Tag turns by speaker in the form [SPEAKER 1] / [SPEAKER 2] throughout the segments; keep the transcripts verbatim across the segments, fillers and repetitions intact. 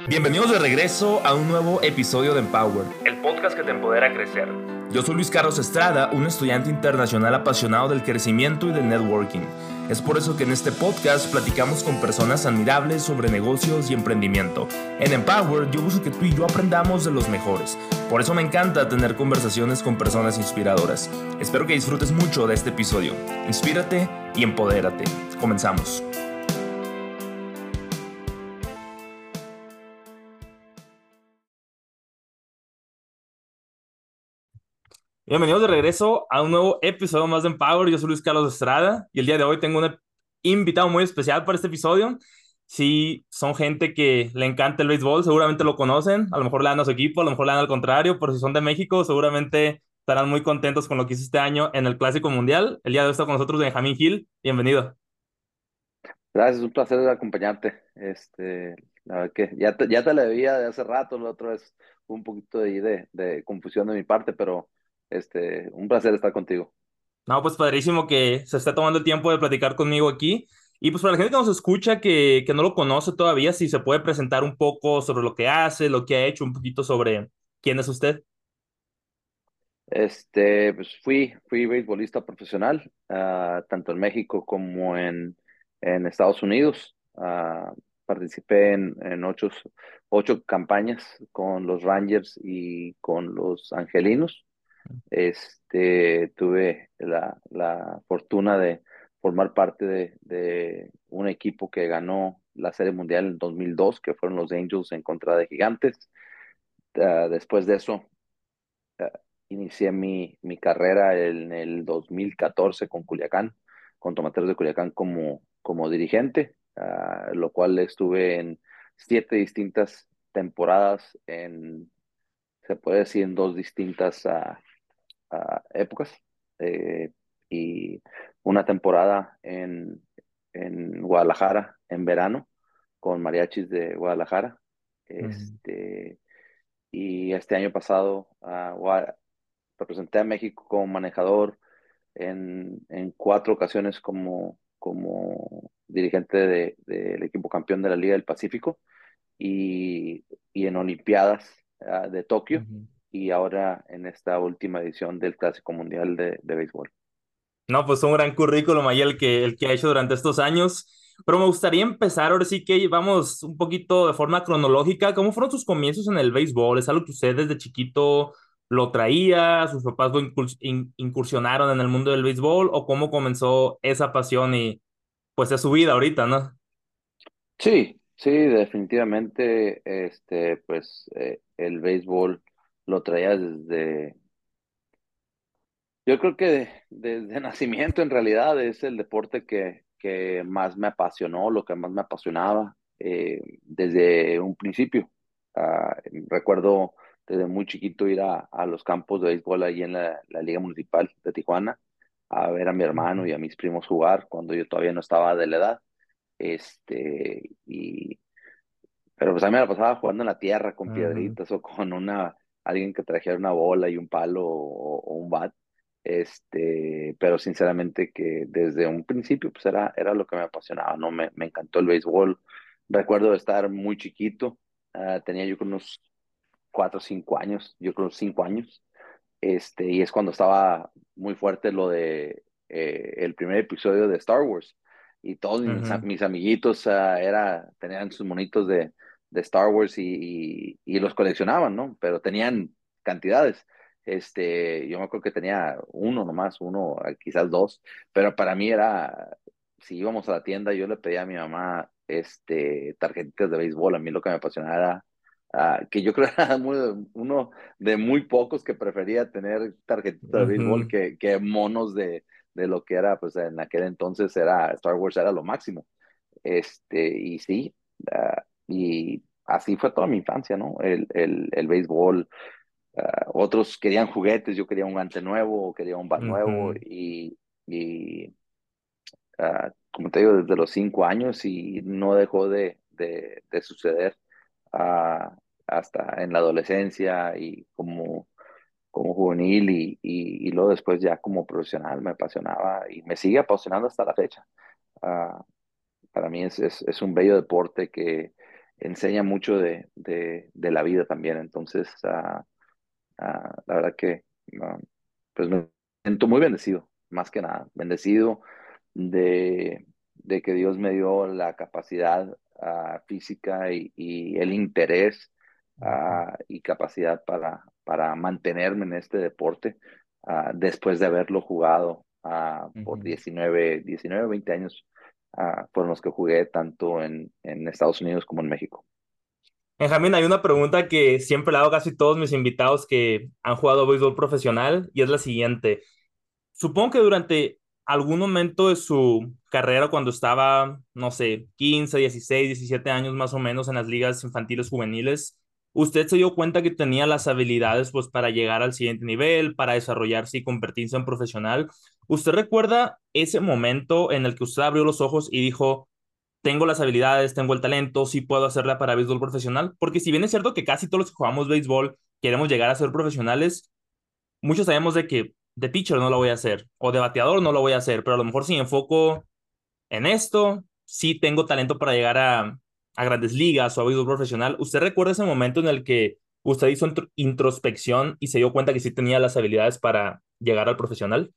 [SPEAKER 1] Bienvenidos de regreso a un nuevo episodio de Empower, el podcast que te empodera a crecer. Yo soy Luis Carlos Estrada, un estudiante internacional apasionado del crecimiento y del networking. Es por eso que en este podcast platicamos con personas admirables sobre negocios y emprendimiento. En Empower yo busco que tú y yo aprendamos de los mejores. Por eso me encanta tener conversaciones con personas inspiradoras. Espero que disfrutes mucho de este episodio. Inspírate y empodérate. Comenzamos. Bienvenidos de regreso a un nuevo episodio más de Empower. Yo soy Luis Carlos Estrada y el día de hoy tengo un invitado muy especial para este episodio. Si son gente que le encanta el béisbol, seguramente lo conocen. A lo mejor le dan a su equipo, a lo mejor le dan al contrario, pero si son de México, seguramente estarán muy contentos con lo que hizo este año en el Clásico Mundial. El día de hoy está con nosotros Benjamín Gil. Bienvenido.
[SPEAKER 2] Gracias, un placer acompañarte. Este, la verdad que ya te, ya te la debía de hace rato, la otra vez hubo un poquito de, de, de confusión de mi parte, pero este, un placer estar contigo.
[SPEAKER 1] No, pues padrísimo que se esté tomando el tiempo de platicar conmigo aquí. Y pues para la gente que nos escucha, que, que no lo conoce todavía, si se puede presentar un poco sobre lo que hace, lo que ha hecho, un poquito sobre quién es usted.
[SPEAKER 2] Este, pues fui, fui beisbolista profesional, ah, tanto en México como en, en Estados Unidos. Ah, participé en, en ocho, ocho campañas con los Rangers y con los Angelinos. Este, tuve la, la fortuna de formar parte de, de un equipo que ganó la Serie Mundial en dos mil dos, que fueron los Angels en contra de Gigantes. Uh, después de eso, uh, inicié mi, mi carrera en el dos mil catorce con Culiacán, con Tomateros de Culiacán como, como dirigente, uh, lo cual estuve en siete distintas temporadas, en, se puede decir, en dos distintas uh, uh, épocas, eh, y una temporada en, en Guadalajara en verano con Mariachis de Guadalajara.
[SPEAKER 1] Ujú.
[SPEAKER 2] Este, y este año pasado uh, representé a México como manejador en, en cuatro ocasiones como, como dirigente de, del equipo campeón de la Liga del Pacífico y, y en Olimpiadas uh, de Tokio
[SPEAKER 1] Ujú.
[SPEAKER 2] y ahora en esta última edición del Clásico Mundial de, de Béisbol.
[SPEAKER 1] No, pues un gran currículum ahí el que, el que ha hecho durante estos años. Pero me gustaría empezar, ahora sí que vamos un poquito de forma cronológica. ¿Cómo fueron sus comienzos en el béisbol? ¿Es algo que usted desde chiquito lo traía? ¿Sus papás lo incurs- in- incursionaron en el mundo del béisbol? ¿O cómo comenzó esa pasión y pues es su vida ahorita, ¿no?
[SPEAKER 2] Sí, sí, definitivamente, este, pues eh, el béisbol lo traía desde, yo creo que de- desde nacimiento en realidad es el deporte que, que más me apasionó, lo que más me apasionaba eh, desde un principio. Ah, recuerdo desde muy chiquito ir a, a los campos de béisbol ahí en la, la Liga Municipal de Tijuana a ver a mi hermano y a mis primos jugar cuando yo todavía no estaba de la edad. Este, y pero pues a mí me la pasaba jugando en la tierra con
[SPEAKER 1] Ujú.
[SPEAKER 2] piedritas o con una, alguien que trajera una bola y un palo o, o un bat. Este, pero sinceramente que desde un principio pues era, era lo que me apasionaba, ¿no? Me, me encantó el béisbol. Recuerdo estar muy chiquito, ah, tenía yo creo unos cuatro o cinco años, yo creo cinco años, este, y es cuando estaba muy fuerte lo de eh, el primer episodio de Star Wars. Y todos mis,
[SPEAKER 1] Ujú.
[SPEAKER 2] mis amiguitos uh, era, tenían sus monitos de, de Star Wars y, y, y, los coleccionaban, ¿no? Pero tenían cantidades. Este, yo me acuerdo que tenía uno nomás, uno, quizás dos, pero para mí era, si íbamos a la tienda, yo le pedía a mi mamá este, tarjetitas de béisbol. A mí lo que me apasionaba era, uh, que yo creo era muy, uno de muy pocos que prefería tener tarjetitas de béisbol
[SPEAKER 1] Ujú.
[SPEAKER 2] que, que monos de, de lo que era, pues en aquel entonces era Star Wars era lo máximo. Este, y sí, uh, y así fue toda mi infancia, ¿no? El, el, el béisbol, uh, otros querían juguetes, yo quería un guante nuevo, quería un bat nuevo,
[SPEAKER 1] Ujú.
[SPEAKER 2] y, y uh, como te digo, desde los cinco años y no dejó de, de, de suceder uh, hasta en la adolescencia y como como juvenil y, y, y luego después ya como profesional me apasionaba y me sigue apasionando hasta la fecha. Uh, para mí es, es, es, un bello deporte que enseña mucho de, de, de la vida también. Entonces, ah, ah, la verdad que ah, pues me siento muy bendecido, más que nada, bendecido de, de que Dios me dio la capacidad ah, física y, y el interés
[SPEAKER 1] Ujú,
[SPEAKER 2] ah, y capacidad para, para mantenerme en este deporte ah, después de haberlo jugado ah, por
[SPEAKER 1] ujú.
[SPEAKER 2] diecinueve diecinueve veinte años ah, fueron los que jugué tanto en, en Estados Unidos como en México.
[SPEAKER 1] Benjamín, hay una pregunta que siempre le hago a casi todos mis invitados que han jugado béisbol profesional y es la siguiente. Supongo que durante algún momento de su carrera, cuando estaba, no sé, quince, dieciséis, diecisiete años más o menos en las ligas infantiles juveniles, usted se dio cuenta que tenía las habilidades pues para llegar al siguiente nivel, para desarrollarse y convertirse en profesional. ¿Usted recuerda ese momento en el que usted abrió los ojos y dijo, tengo las habilidades, tengo el talento, sí puedo hacerla para béisbol profesional? Porque si bien es cierto que casi todos los que jugamos béisbol queremos llegar a ser profesionales, muchos sabemos de que de pitcher no lo voy a hacer o de bateador no lo voy a hacer, pero a lo mejor si me enfoco en esto, sí tengo talento para llegar a, a grandes ligas o a béisbol profesional. ¿Usted recuerda ese momento en el que usted hizo intro- introspección y se dio cuenta que sí tenía las habilidades para llegar al profesional?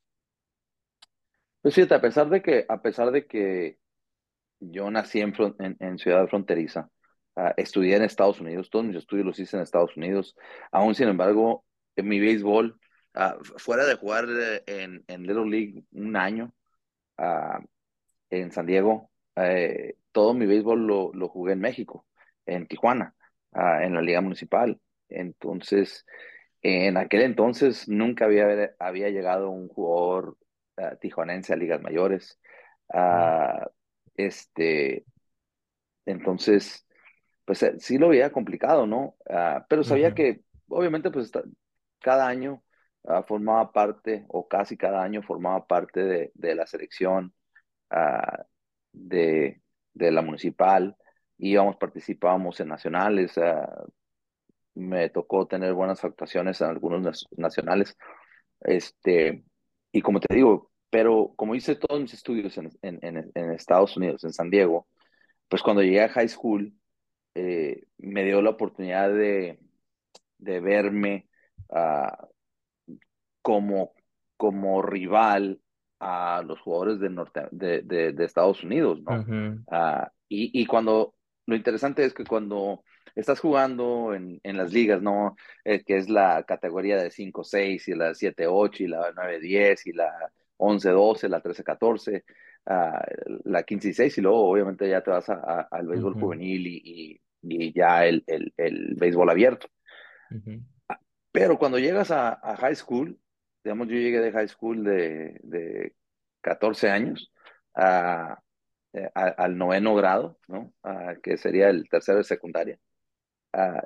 [SPEAKER 2] Pues fíjate, a pesar de que, a pesar de que yo nací en, fron- en, en ciudad fronteriza, ah, estudié en Estados Unidos, todos mis estudios los hice en Estados Unidos, aún sin embargo, en mi béisbol, ah, fuera de jugar eh, en, en Little League un año ah, en San Diego, eh, todo mi béisbol lo, lo jugué en México, en Tijuana, ah, en la liga municipal. Entonces, en aquel entonces nunca había, había llegado un jugador ah, tijuanense a ligas mayores.
[SPEAKER 1] Mm,
[SPEAKER 2] Ah, este, entonces, pues eh, sí lo veía complicado, ¿no? Ah, pero sabía
[SPEAKER 1] ujú,
[SPEAKER 2] que, obviamente, pues esta- cada año ah, formaba parte, o casi cada año formaba parte de, de la selección ah, de, de la municipal. Íbamos, participábamos en nacionales. Ah, me tocó tener buenas actuaciones en algunos nas- nacionales. Este, y como te digo, pero como hice todos mis estudios en, en, en en Estados Unidos, en San Diego, pues cuando llegué a high school, eh, me dio la oportunidad de, de verme ah, como, como rival a los jugadores de, norte, de, de, de Estados Unidos, ¿no?
[SPEAKER 1] ujú,
[SPEAKER 2] Ah, y, y cuando, lo interesante es que cuando estás jugando en, en las ligas, ¿no? Eh, que es la categoría de cinco seis y la siete ocho y la nueve diez y la once doce la trece catorce ah, la quince y seis y luego obviamente ya te vas a- a- al béisbol
[SPEAKER 1] ujú,
[SPEAKER 2] juvenil y, y, y ya el, el, el béisbol abierto.
[SPEAKER 1] ujú,
[SPEAKER 2] Pero cuando llegas a, a high school, digamos, yo llegué de high school de, de catorce años a, a- al noveno grado, ¿no? A- que sería el tercero de secundaria. Ah,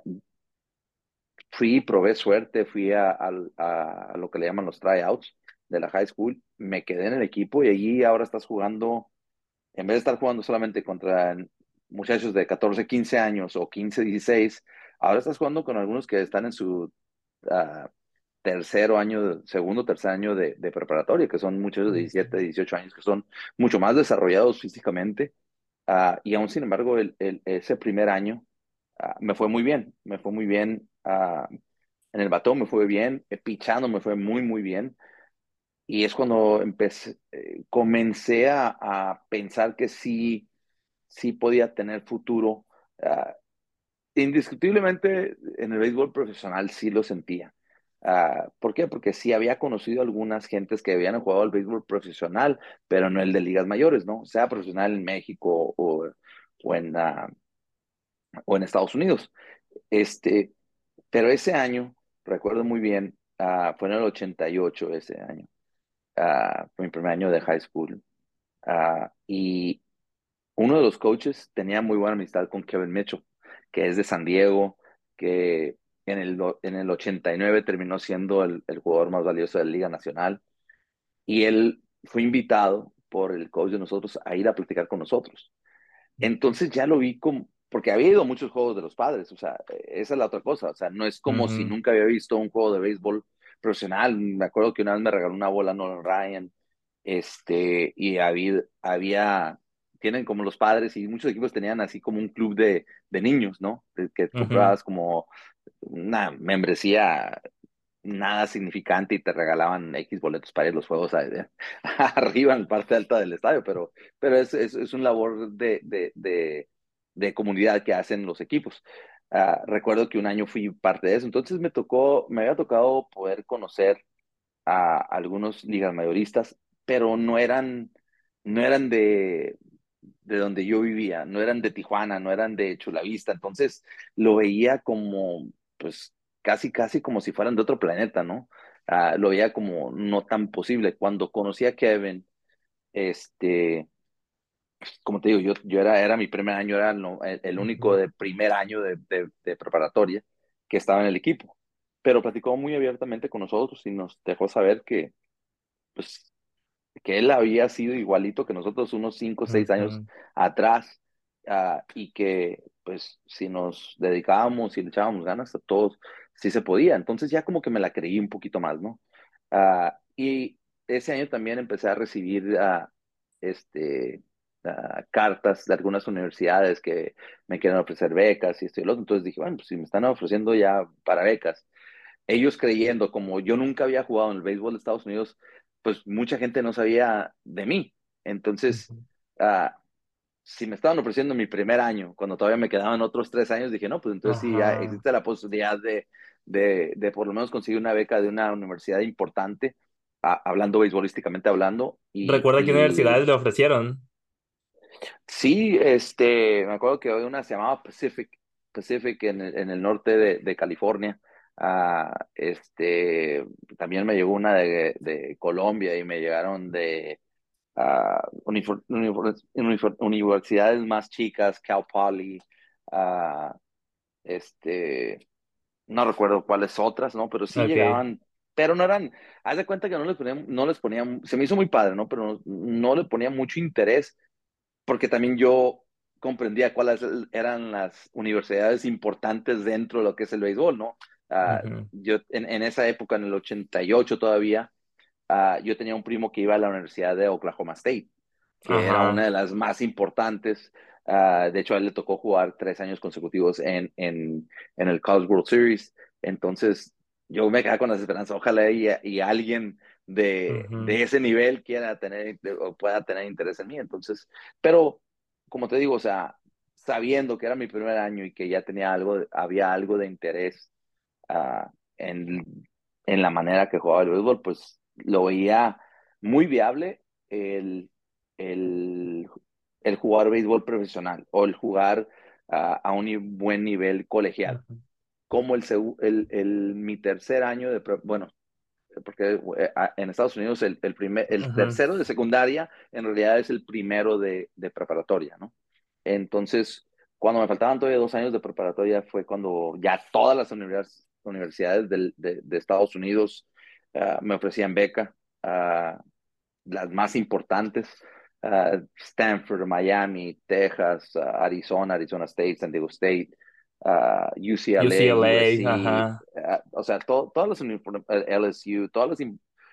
[SPEAKER 2] fui, probé suerte, fui a, al- a- a lo que le llaman los tryouts de la high school, me quedé en el equipo y allí ahora estás jugando, en vez de estar jugando solamente contra muchachos de catorce quince años o quince dieciséis, ahora estás jugando con algunos que están en su ah, tercero año, segundo, tercer año de, de preparatoria, que son muchos de diecisiete, dieciocho años, que son mucho más desarrollados físicamente. Ah, y aún sin embargo, el, el- ese primer año ah, me fue muy bien, me fue muy bien. ah, en el bateo me fue bien, eh, pichando me fue muy, muy bien. Y es cuando empecé, eh, comencé a, a pensar que sí, sí podía tener futuro. ah, Indiscutiblemente en el béisbol profesional sí lo sentía. Ah, ¿por qué? Porque sí había conocido algunas gentes que habían jugado al béisbol profesional, pero no el de ligas mayores, ¿no? Sea profesional en México o, o en, ah, o en Estados Unidos. Este, pero ese año, recuerdo muy bien, ah, fue en el ochenta y ocho ese año, ah, fue mi primer año de high school. Ah, y uno de los coaches tenía muy buena amistad con Kevin Mitchell, que es de San Diego, que en el, en el ochenta y nueve terminó siendo el, el jugador más valioso de la Liga Nacional. Y él fue invitado por el coach de nosotros a ir a platicar con nosotros. Entonces ya lo vi como, porque había ido a muchos juegos de los padres, o sea, esa es la otra cosa, o sea, no es como si
[SPEAKER 1] ujú,
[SPEAKER 2] nunca había visto un juego de béisbol profesional. Me acuerdo que una vez me regaló una bola Nolan Ryan, este, y había, había tienen como los padres y muchos equipos tenían así como un club de, de niños, ¿no? De que
[SPEAKER 1] Ujú.
[SPEAKER 2] comprabas como una membresía nada significante y te regalaban X boletos para ir a los juegos a- arriba en la parte alta del estadio, pero, pero es, es, es un labor de, de, de, de comunidad que hacen los equipos. Ah, recuerdo que un año fui parte de eso, entonces me tocó, me había tocado poder conocer a algunos ligas mayoristas, pero no eran, no eran de, de donde yo vivía, no eran de Tijuana, no eran de Chulavista, entonces lo veía como, pues, casi, casi como si fueran de otro planeta, ¿no? Ah, lo veía como no tan posible. Cuando conocí a Kevin, este, como te digo, yo, yo era, era mi primer año, era no- el, el único
[SPEAKER 1] Ujú.
[SPEAKER 2] de primer año de, de, de preparatoria que estaba en el equipo, pero platicó muy abiertamente con nosotros y nos dejó saber que, pues, que él había sido igualito que nosotros unos cinco o seis años
[SPEAKER 1] Ujú.
[SPEAKER 2] atrás, ah, y que pues si nos dedicábamos y le echábamos ganas a todos, sí se podía. Entonces ya como que me la creí un poquito más, ¿no? Ah, y ese año también empecé a recibir ah, este, ah, cartas de algunas universidades que me quieren ofrecer becas y esto y lo otro. Entonces dije, bueno, pues si me están ofreciendo ya para becas, ellos creyendo, como yo nunca había jugado en el béisbol de Estados Unidos, pues mucha gente no sabía de mí. Entonces,
[SPEAKER 1] Ujú.
[SPEAKER 2] ah, si me estaban ofreciendo mi primer año, cuando todavía me quedaban otros tres años, dije, no, pues entonces sí, ya
[SPEAKER 1] Ajá.
[SPEAKER 2] existe la posibilidad de, de, de por lo menos conseguir una beca de una universidad importante, ah, hablando beisbolísticamente hablando. Y,
[SPEAKER 1] ¿Recuerda qué universidades
[SPEAKER 2] y
[SPEAKER 1] le ofrecieron?
[SPEAKER 2] sí, este, me acuerdo que había una se llamaba Pacific, Pacific en el, en el norte de, de California. Ah, este, también me llegó una de, de Colombia y me llegaron de ah, unifor- unifor- unifor- universidades más chicas, Cal Poly, ah, este, no recuerdo cuáles otras, ¿no? Pero sí
[SPEAKER 1] Ok.
[SPEAKER 2] llegaban, pero no eran, haz de cuenta que no les ponían, no les ponían, se me hizo muy padre, ¿no? Pero no, no le ponía mucho interés porque también yo comprendía cuáles eran las universidades importantes dentro de lo que es el béisbol, ¿no? Ah,
[SPEAKER 1] Ujú.
[SPEAKER 2] yo en, en, esa época, en el ochenta y ocho todavía, uh, yo tenía un primo que iba a la Universidad de Oklahoma State, que era una
[SPEAKER 1] Ajá.
[SPEAKER 2] de las más importantes. Uh, de hecho, a él le tocó jugar tres años consecutivos en, en, en el College World Series. Entonces, yo me quedé con la esperanza, ojalá y, y alguien de,
[SPEAKER 1] Ujú.
[SPEAKER 2] de ese nivel quiera tener o pueda tener interés en mí. Entonces, pero como te digo, o sea, sabiendo que era mi primer año y que ya tenía algo, había algo de interés uh, en, en la manera que jugaba el béisbol, pues lo veía muy viable el, el, el jugar béisbol profesional o el jugar uh, a un buen nivel colegial.
[SPEAKER 1] Ujú.
[SPEAKER 2] Como el, el, el, mi tercer año de, bueno, porque eh, en Estados Unidos el, el, primer, el
[SPEAKER 1] Ujú.
[SPEAKER 2] tercero de secundaria en realidad es el primero de, de preparatoria, ¿no? Entonces, cuando me faltaban todavía dos años de preparatoria fue cuando ya todas las univers universidades del, de, de, Estados Unidos uh, me ofrecían beca, uh, las más importantes, uh, Stanford, Miami, Texas, uh, Arizona, Arizona State, San Diego State, uh, U C L A,
[SPEAKER 1] U C L A,
[SPEAKER 2] U S C,
[SPEAKER 1] ajá.
[SPEAKER 2] uh, o sea, to todas las L S U, todas las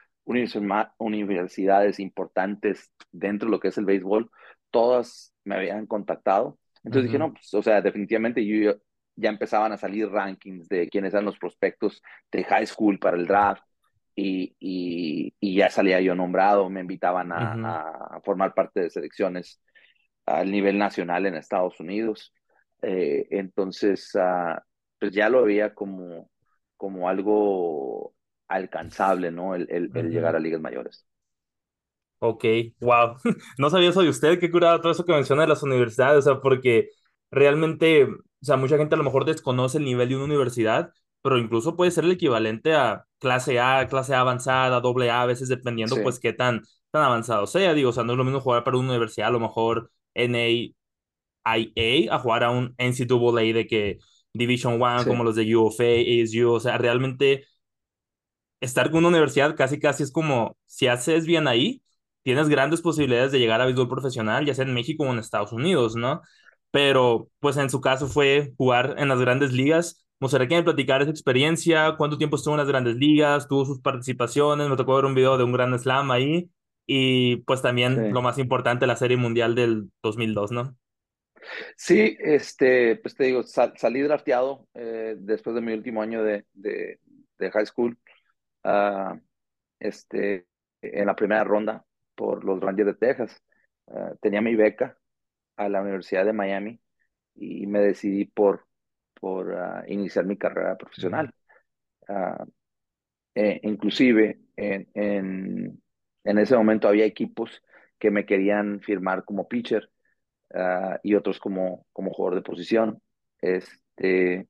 [SPEAKER 2] universidades importantes dentro de lo que es el béisbol, todas me habían contactado. Entonces dije,
[SPEAKER 1] Ujú.
[SPEAKER 2] no, pues, o sea, definitivamente yo, ya empezaban a salir rankings de quiénes eran los prospectos de high school para el draft y, y, y ya salía yo nombrado, me invitaban a,
[SPEAKER 1] Ujú.
[SPEAKER 2] a, formar parte de selecciones al nivel nacional en Estados Unidos. Eh, entonces, uh, pues ya lo veía como, como algo alcanzable, ¿no? El, el, el
[SPEAKER 1] Ujú.
[SPEAKER 2] llegar a ligas mayores.
[SPEAKER 1] Ok, wow. No sabía eso de usted, qué curado todo eso que menciona de las universidades, o sea, porque realmente, o sea, mucha gente a lo mejor desconoce el nivel de una universidad, pero incluso puede ser el equivalente a clase A, clase A avanzada, doble A, a veces dependiendo
[SPEAKER 2] Sí,
[SPEAKER 1] pues qué tan, tan avanzado sea, digo, o sea, no es lo mismo jugar para una universidad, a lo mejor N A I A, a jugar a un N C A A de que Division One,
[SPEAKER 2] sí,
[SPEAKER 1] como los de U of A, A S U, o sea, realmente estar con una universidad casi casi es como, si haces bien ahí, tienes grandes posibilidades de llegar a béisbol profesional, ya sea en México o en Estados Unidos, ¿no? Pero pues en su caso fue jugar en las grandes ligas. Me gustaría que me platicara esa experiencia, cuánto tiempo estuvo en las grandes ligas, tuvo sus participaciones, me tocó ver un video de un gran slam ahí. y pues también
[SPEAKER 2] Sí.
[SPEAKER 1] lo más importante, la Serie Mundial del dos mil dos, ¿no?
[SPEAKER 2] Sí, este, pues te digo, sal- salí drafteado eh, después de mi último año de, de, de high school, ah, este, en la primera ronda por los Rangers de Texas. Ah, tenía mi beca a la Universidad de Miami y me decidí por, por ah, iniciar mi carrera
[SPEAKER 1] Ujú,
[SPEAKER 2] profesional. Ah, eh, inclusive en, en, en ese momento había equipos que me querían firmar como pitcher, ah, y otros como, como jugador de posición. Este,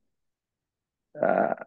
[SPEAKER 2] ah,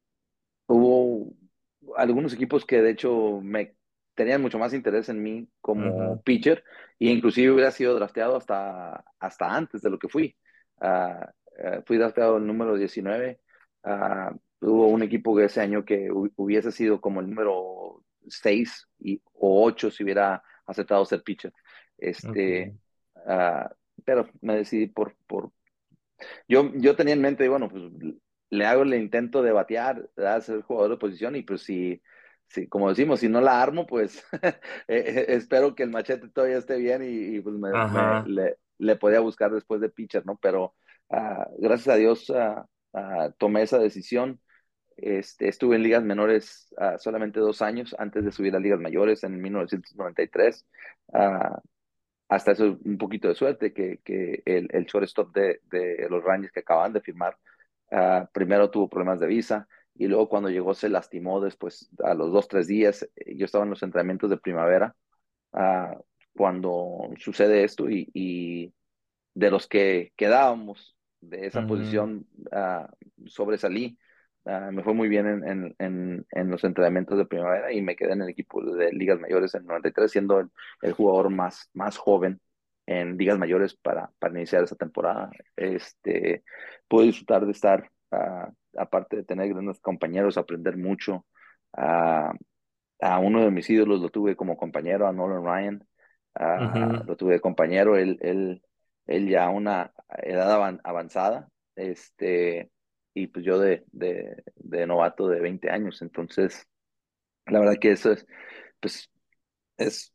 [SPEAKER 2] Hubo algunos equipos que de hecho me tenían mucho más interés en mí como
[SPEAKER 1] ujú,
[SPEAKER 2] pitcher, e inclusive hubiera sido drafteado hasta, hasta antes de lo que fui. Ah, ah, Fui drafteado el número diecinueve. Ah, Hubo un equipo que ese año que hu- hubiese sido como el número seis y, o ocho si hubiera aceptado ser pitcher. Este,
[SPEAKER 1] ok.
[SPEAKER 2] ah, pero me decidí por, por, yo, yo tenía en mente, bueno, pues le hago el intento de batear, ¿verdad? Ser jugador de posición y pues si, si como decimos, si no la armo, pues eh, eh, espero que el machete todavía esté bien y, y, pues me, me-
[SPEAKER 1] Ajá.
[SPEAKER 2] le, le podía buscar después de pitcher, ¿no? Pero ah, gracias a Dios ah, ah, tomé esa decisión. Este, estuve en ligas menores ah, solamente dos años antes de subir a ligas mayores en mil novecientos noventa y tres. Ah, Hasta eso un poquito de suerte que, que el, el shortstop de, de los Rangers que acaban de firmar, uh, primero tuvo problemas de visa y luego cuando llegó se lastimó después a los dos, tres días. Yo estaba en los entrenamientos de primavera uh, cuando sucede esto y, y de los que quedábamos de esa
[SPEAKER 1] Ujú,
[SPEAKER 2] posición, uh, sobresalí. Uh, me fue muy bien en, en, en, en, los entrenamientos de primavera y me quedé en el equipo de ligas mayores en noventa y tres, siendo el, el jugador más, más joven en ligas mayores para, para iniciar esa temporada. Este, pude disfrutar de estar, uh, aparte de tener grandes compañeros, aprender mucho. Uh, a uno de mis ídolos lo tuve como compañero, a Nolan Ryan. Ah,
[SPEAKER 1] ujú.
[SPEAKER 2] lo tuve de compañero, él, él, él ya a una edad avan- avanzada, este, y pues yo de, de, de novato de veinte años. Entonces, la verdad que eso es, pues, es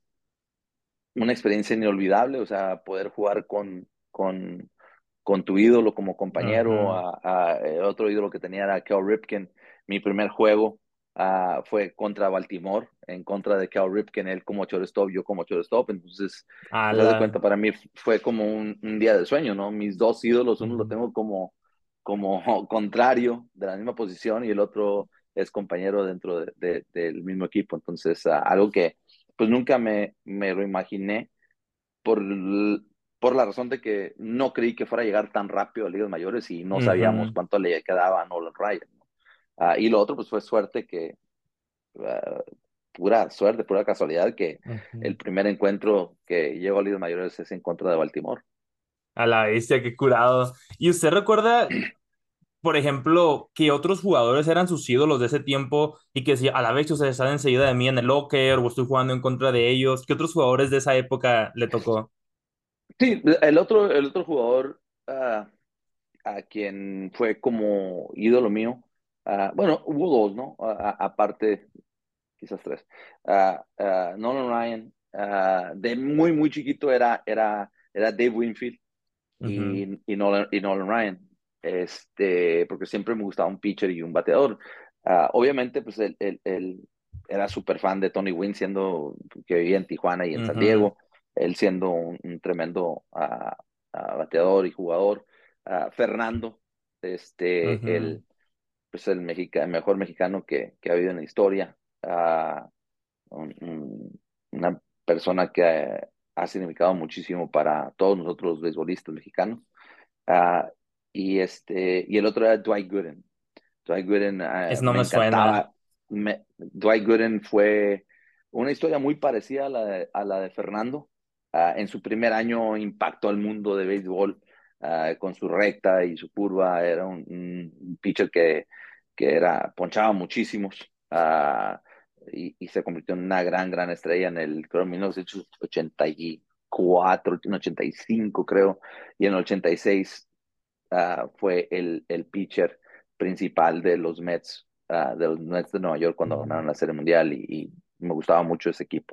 [SPEAKER 2] una experiencia inolvidable, o sea, poder jugar con, con, con tu ídolo como compañero.
[SPEAKER 1] Ujú,
[SPEAKER 2] A, a- eh, otro ídolo que tenía era Cal Ripken. Mi primer juego ah, fue contra Baltimore, en contra de Cal Ripken, él como shortstop, yo como shortstop. Entonces, pues haz de
[SPEAKER 1] ala.
[SPEAKER 2] cuenta, para mí fue como un, un día de sueño, ¿no? Mis dos ídolos, uno lo
[SPEAKER 1] Ujú,
[SPEAKER 2] tengo como, como contrario de la misma posición y el otro es compañero dentro de- de- del mismo equipo. Entonces, ah, algo que pues nunca me, me lo imaginé por, l- por la razón de que no creí que fuera a llegar tan rápido a ligas mayores y no sabíamos
[SPEAKER 1] ujú,
[SPEAKER 2] cuánto le quedaba a Nolan Ryan, ¿no? Ah, y lo otro, pues fue suerte que, ah, pura suerte, pura casualidad, que el
[SPEAKER 1] ujú.
[SPEAKER 2] primer encuentro que llegó a ligas mayores es en contra de Baltimore.
[SPEAKER 1] A la bestia, qué curado. ¿Y usted recuerda, por ejemplo, que otros jugadores eran sus ídolos de ese tiempo y que si a la vez ustedes están enseguida de mí en el locker o estoy jugando en contra de ellos? ¿Qué otros jugadores de esa época le tocó?
[SPEAKER 2] Sí, el otro, el otro jugador ah, a quien fue como ídolo mío, ah, bueno, hubo dos, ¿no? A- a- aparte quizás tres. Ah, ah, Nolan Ryan, ah, de muy, muy chiquito era, era, era Dave Winfield
[SPEAKER 1] Ujú,
[SPEAKER 2] y, y, Nolan, y Nolan Ryan, este, porque siempre me gustaba un pitcher y un bateador. Ah, obviamente, pues él, él- él era súper fan de Tony Gwynn, siendo que vivía en Tijuana y en San
[SPEAKER 1] ujú,
[SPEAKER 2] Diego, él siendo un, un tremendo ah, ah, bateador y jugador. Ah, Fernando, este,
[SPEAKER 1] ujú.
[SPEAKER 2] el, pues el, mexica, el mejor mexicano que, que ha habido en la historia. Ah, un- un- una persona que ha, ha significado muchísimo para todos nosotros los beisbolistas mexicanos. Ah, y, este, y el otro era Dwight Gooden. Dwight Gooden ah,
[SPEAKER 1] Ese no
[SPEAKER 2] me
[SPEAKER 1] me suena.
[SPEAKER 2] encantaba. Me- Dwight Gooden fue una historia muy parecida a la de, a la de Fernando. Ah, en su primer año impactó al mundo de béisbol ah, con su recta y su curva. Era un, un pitcher que, que era, ponchaba muchísimos. Ah, y, y se convirtió en una gran, gran estrella en el, creo, en mil novecientos ochenta y cuatro, en ochenta y cinco, creo, y en el ochenta y seis uh, fue el, el pitcher principal de los Mets, uh, de los Mets de Nueva York cuando
[SPEAKER 1] Ujú.
[SPEAKER 2] ganaron la Serie Mundial y, y me gustaba mucho ese equipo.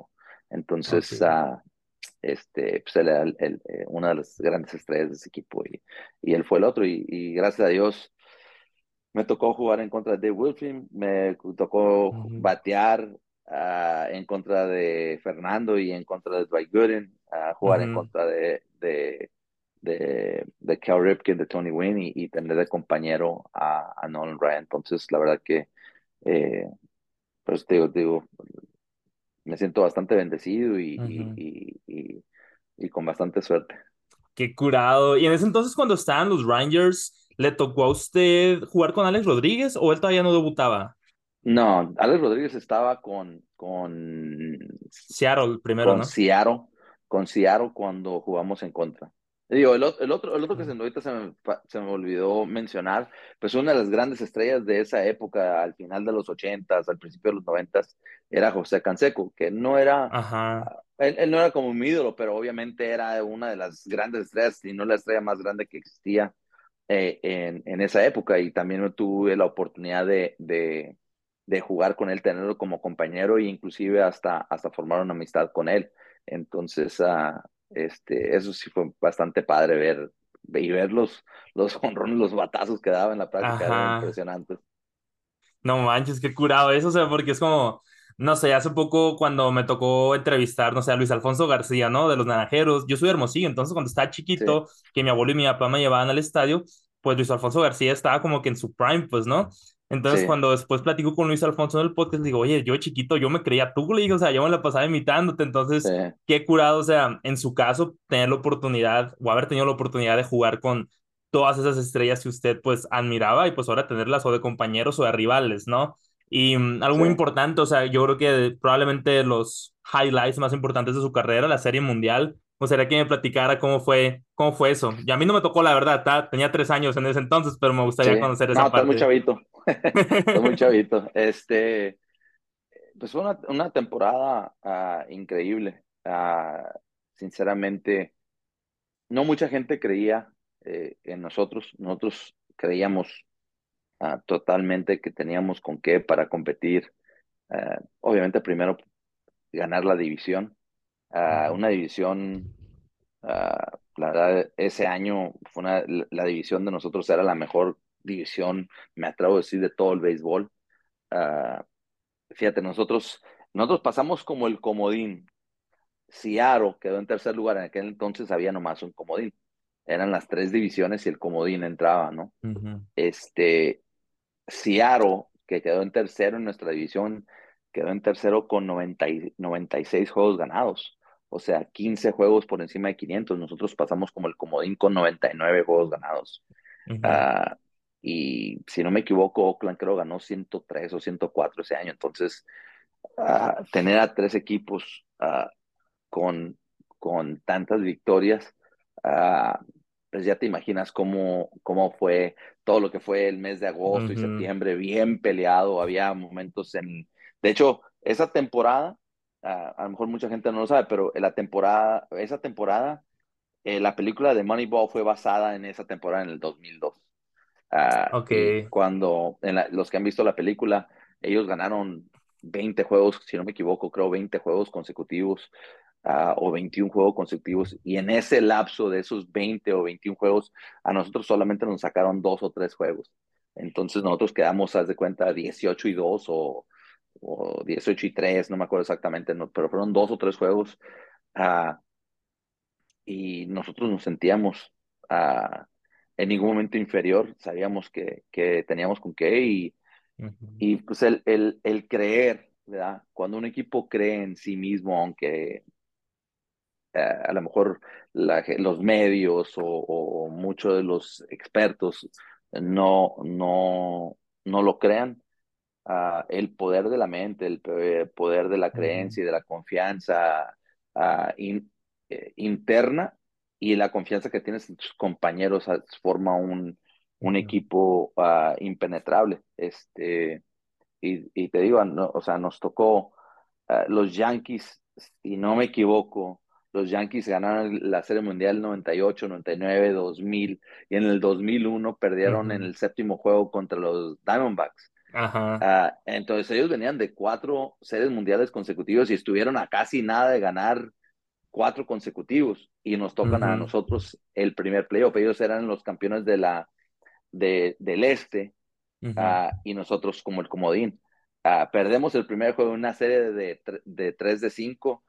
[SPEAKER 2] Entonces,
[SPEAKER 1] Ok.
[SPEAKER 2] uh, este, pues él era el- el, eh, una de las grandes estrellas de ese equipo y, y él fue el otro. Y, y gracias a Dios me tocó jugar en contra de Dave Wilfrin, me tocó
[SPEAKER 1] Ujú,
[SPEAKER 2] batear uh, en contra de Fernando y en contra de Dwight Gooden, uh, jugar en
[SPEAKER 1] ujú.
[SPEAKER 2] contra de, de, de, de Cal Ripken, de Tony Gwynn y, y tener de compañero a, a Nolan Ryan. Entonces, la verdad que, eh, pues te digo, te digo, me siento bastante bendecido y, y,
[SPEAKER 1] Ujú.
[SPEAKER 2] y, y, y con bastante suerte.
[SPEAKER 1] Qué curado. Y en ese entonces, cuando estaban los Rangers, ¿le tocó a usted jugar con Alex Rodríguez o él todavía no debutaba?
[SPEAKER 2] No, Alex Rodríguez estaba con, con,
[SPEAKER 1] Seattle primero,
[SPEAKER 2] con
[SPEAKER 1] ¿no?
[SPEAKER 2] Seattle, con Seattle cuando jugamos en contra. Digo, el, o- el otro, el otro que se, ahorita se me, fa- se me olvidó mencionar, pues una de las grandes estrellas de esa época, al final de los ochentas, al principio de los noventas, era José Canseco, que no era,
[SPEAKER 1] Ajá.
[SPEAKER 2] ah, él, él no era como mi ídolo, pero obviamente era una de las grandes estrellas, y no la estrella más grande que existía eh, en, en esa época. Y también tuve la oportunidad de, de, de jugar con él, tenerlo como compañero e inclusive hasta, hasta formar una amistad con él. Entonces, uh, este, eso sí fue bastante padre ver y ver los, los jonrones, los batazos que daba en la práctica, eran
[SPEAKER 1] Ajá.
[SPEAKER 2] impresionantes.
[SPEAKER 1] No manches, qué curado eso, o sea, porque es como, no sé, hace poco cuando me tocó entrevistar, no sé, a Luis Alfonso García, ¿no? De los Naranjeros. Yo soy de Hermosillo, entonces cuando estaba
[SPEAKER 2] Sí,
[SPEAKER 1] chiquito, que mi abuelo y mi papá me llevaban al estadio, pues Luis Alfonso García estaba como que en su prime, pues, ¿no? Entonces
[SPEAKER 2] sí,
[SPEAKER 1] cuando después platico con Luis Alfonso en el podcast, le digo, oye, yo de chiquito, yo me creía tú, le digo, o sea, yo me la pasaba imitándote,
[SPEAKER 2] sí,
[SPEAKER 1] entonces, qué curado, o sea, en su caso, tener la oportunidad o haber tenido la oportunidad de jugar con todas esas estrellas que usted pues admiraba y pues ahora tenerlas o de compañeros o de rivales, ¿no? Y mm, algo
[SPEAKER 2] sí,
[SPEAKER 1] muy importante, o sea, yo creo que probablemente los highlights más importantes de su carrera, la Serie Mundial, o sea, que me platicara cómo fue, cómo fue eso. Y a mí no me tocó, la verdad, ta- tenía tres años en ese entonces, pero me
[SPEAKER 2] sí.
[SPEAKER 1] gustaría conocer
[SPEAKER 2] No,
[SPEAKER 1] esa
[SPEAKER 2] estás muy
[SPEAKER 1] parte.
[SPEAKER 2] chavito. Estás muy chavito. Este, pues fue una, una temporada ah, increíble. Ah, sinceramente, no mucha gente creía eh, en nosotros. Nosotros creíamos ah, totalmente que teníamos con qué para competir. Ah, obviamente, primero ganar la división. Ah,
[SPEAKER 1] Ujú,
[SPEAKER 2] una división, ah, la verdad, ese año fue una, la, la división de nosotros era la mejor división, me atrevo a decir, de todo el béisbol. Ah, fíjate, nosotros, nosotros pasamos como el comodín. Seattle quedó en tercer lugar. En aquel entonces había nomás un comodín. Eran las tres divisiones y el comodín entraba, ¿no?
[SPEAKER 1] ujú,
[SPEAKER 2] Este, Seattle, que quedó en tercero en nuestra división, quedó en tercero con noventa y, noventa y seis juegos ganados. O sea, quince juegos por encima de quinientos. Nosotros pasamos como el comodín con noventa y nueve juegos ganados.
[SPEAKER 1] ujú,
[SPEAKER 2] Uh, y si no me equivoco, Oakland creo ganó ciento tres o ciento cuatro ese año. Entonces, uh, tener a tres equipos uh, con, con tantas victorias, uh, pues ya te imaginas cómo, cómo fue todo lo que fue el mes de agosto y
[SPEAKER 1] ujú,
[SPEAKER 2] septiembre, bien peleado, había momentos en... De hecho, esa temporada, uh, a lo mejor mucha gente no lo sabe, pero la temporada, esa temporada, eh, la película de Moneyball fue basada en esa temporada en el dos mil dos. Uh,
[SPEAKER 1] ok,
[SPEAKER 2] y cuando en la, los que han visto la película, ellos ganaron veinte juegos, si no me equivoco, creo veinte juegos consecutivos uh, o veintiún juegos consecutivos. Y en ese lapso de esos veinte o veintiún juegos, a nosotros solamente nos sacaron dos o tres juegos. Entonces nosotros quedamos, haz de cuenta, dieciocho y dos o, o dieciocho y tres, no me acuerdo exactamente, no, pero fueron dos o tres juegos. Uh, y nosotros nos sentíamos uh, en ningún momento inferior, sabíamos que, que teníamos con qué y,
[SPEAKER 1] ujú,
[SPEAKER 2] y pues el, el, el creer, ¿verdad? Cuando un equipo cree en sí mismo, aunque uh, a lo mejor la, los medios o, o muchos de los expertos no, no, no lo crean, uh, el poder de la mente, el poder de la
[SPEAKER 1] ujú,
[SPEAKER 2] creencia y de la confianza uh, in, eh, interna y la confianza que tienes en tus compañeros uh, forma un, un
[SPEAKER 1] ujú,
[SPEAKER 2] equipo uh, impenetrable. Este, y, y, te digo, no, o sea, nos tocó uh, los Yankees, si no me equivoco. Los Yankees ganaron la Serie Mundial noventa y ocho, noventa y nueve, dos mil y en el dos mil uno perdieron en
[SPEAKER 1] ujú.
[SPEAKER 2] el séptimo juego contra los Diamondbacks.
[SPEAKER 1] Ajá.
[SPEAKER 2] Ah, entonces ellos venían de cuatro series mundiales consecutivos y estuvieron a casi nada de ganar cuatro consecutivos y nos tocan a
[SPEAKER 1] Ujú,
[SPEAKER 2] nosotros el primer playoff. Ellos eran los campeones de la, de, del este,
[SPEAKER 1] ujú,
[SPEAKER 2] uh, y nosotros como el comodín. Uh, perdemos el primer juego en una serie de, de tres de cinco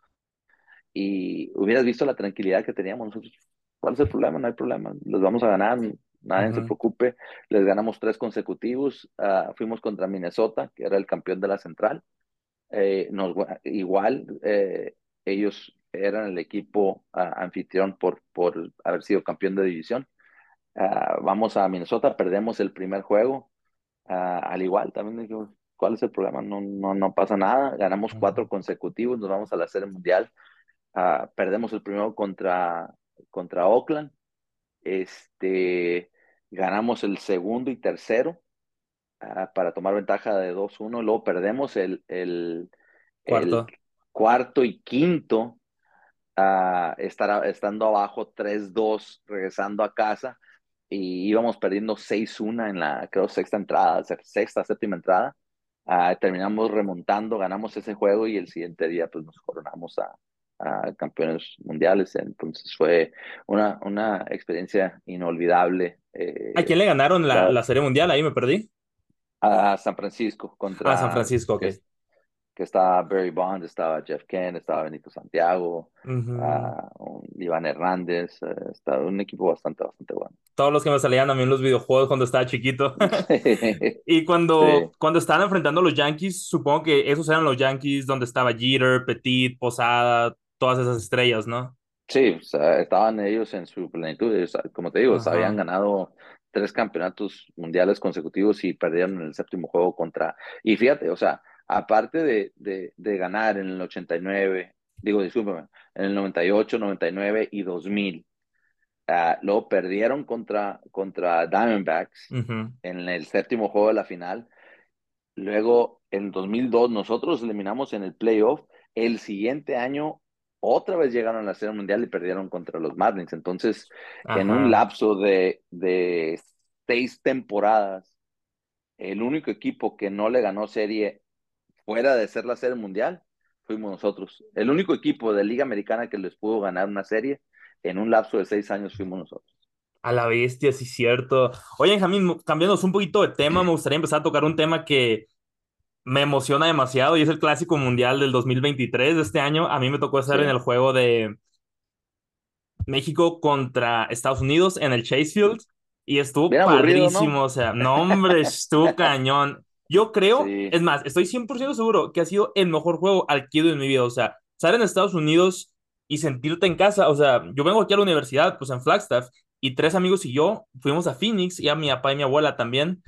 [SPEAKER 2] y hubieras visto la tranquilidad que teníamos nosotros. ¿Cuál es el problema? No hay problema. Los vamos a ganar. Nadie se
[SPEAKER 1] ujú,
[SPEAKER 2] preocupe. Les ganamos tres consecutivos. Uh, fuimos contra Minnesota, que era el campeón de la central. Eh, nos, igual, eh, ellos eran el equipo uh, anfitrión por, por haber sido campeón de división. Uh, vamos a Minnesota, perdemos el primer juego. Uh, al igual, también dijimos, ¿cuál es el problema? No, no, no pasa nada. Ganamos
[SPEAKER 1] ujú.
[SPEAKER 2] cuatro consecutivos, nos vamos a la Serie Mundial. Uh, perdemos el primero contra, contra Oakland. Este, ganamos el segundo y tercero uh, para tomar ventaja de dos uno. Luego perdemos el, el, el
[SPEAKER 1] Cuarto.
[SPEAKER 2] cuarto y quinto, uh, estar, estando abajo tres dos, regresando a casa. Y íbamos perdiendo seis uno en la, creo, sexta entrada, sexta, séptima entrada. Uh, terminamos remontando, ganamos ese juego y el siguiente día pues nos coronamos a, a campeones mundiales. Entonces fue una, una experiencia inolvidable.
[SPEAKER 1] ¿A
[SPEAKER 2] Eh,
[SPEAKER 1] quién le ganaron la,
[SPEAKER 2] la,
[SPEAKER 1] la Serie Mundial? Ahí me perdí.
[SPEAKER 2] a San Francisco
[SPEAKER 1] A San
[SPEAKER 2] contra,
[SPEAKER 1] Francisco, ok.
[SPEAKER 2] que, que estaba Barry Bonds, estaba Jeff Kent, estaba Benito Santiago,
[SPEAKER 1] Ujú.
[SPEAKER 2] uh, Iván Hernández, uh, estaba un equipo bastante, bastante bueno.
[SPEAKER 1] Todos los que me salían a mí en los videojuegos cuando estaba chiquito. Y
[SPEAKER 2] Sí,
[SPEAKER 1] cuando, cuando estaban enfrentando a los Yankees, supongo que esos eran los Yankees donde estaba Jeter, Petit, Posada, todas esas estrellas, ¿no?
[SPEAKER 2] sí, o sea, estaban ellos en su plenitud. Ellos, como te digo, habían
[SPEAKER 1] Ajá.
[SPEAKER 2] ganado tres campeonatos mundiales consecutivos y perdieron en el séptimo juego contra. Y fíjate, o sea, aparte de, de, de ganar en el ochenta y nueve, digo, discúlpame, en el noventa y ocho, noventa y nueve y dos mil, uh, luego perdieron contra, contra Diamondbacks
[SPEAKER 1] Ujú.
[SPEAKER 2] en el séptimo juego de la final. Luego, en dos mil dos, nosotros eliminamos en el playoff. El siguiente año, otra vez llegaron a la Serie Mundial y perdieron contra los Marlins. Entonces, en un
[SPEAKER 1] Ajá.
[SPEAKER 2] lapso de, de seis temporadas, el único equipo que no le ganó serie fuera de ser la Serie Mundial fuimos nosotros. El único equipo de Liga Americana que les pudo ganar una serie en un lapso de seis años fuimos nosotros.
[SPEAKER 1] A la bestia, sí, cierto. Oye, Benjamín, cambiándonos un poquito de tema, me gustaría empezar a tocar un tema que me emociona demasiado y es el Clásico Mundial del dos mil veintitrés de este año. A mí me tocó estar
[SPEAKER 2] Sí.
[SPEAKER 1] en el juego de México contra Estados Unidos en el Chase Field y estuvo
[SPEAKER 2] Bien aburrido, ¿no?
[SPEAKER 1] padrísimo, o sea, no hombre, estuvo cañón. Yo creo,
[SPEAKER 2] Sí,
[SPEAKER 1] es más, estoy cien por ciento seguro que ha sido el mejor juego al que he ido en mi vida, o sea, estar en Estados Unidos y sentirte en casa, o sea, yo vengo aquí a la universidad, pues en Flagstaff, y tres amigos y yo fuimos a Phoenix y a mi papá y mi abuela también,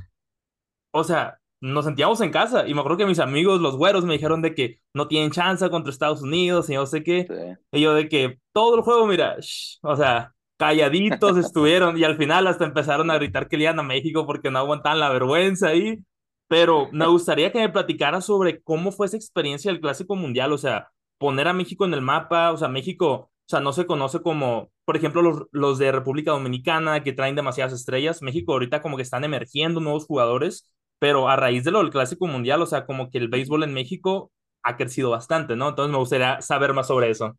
[SPEAKER 1] o sea, nos sentíamos en casa. Y me acuerdo que mis amigos, los güeros, me dijeron de que no tienen chance contra Estados Unidos y no sé qué.
[SPEAKER 2] sí.
[SPEAKER 1] Y yo de que todo el juego, mira, shh, o sea, calladitos estuvieron y al final hasta empezaron a gritar que le iban a México porque no aguantaban la vergüenza ahí. Pero me gustaría que me platicara sobre cómo fue esa experiencia del Clásico Mundial, o sea, poner a México en el mapa, o sea, México, o sea, no se conoce como, por ejemplo, los, los de República Dominicana que traen demasiadas estrellas. México ahorita como que están emergiendo nuevos jugadores, pero a raíz de lo del Clásico Mundial, o sea, como que el béisbol en México ha crecido bastante, ¿no? Entonces me gustaría saber más sobre eso.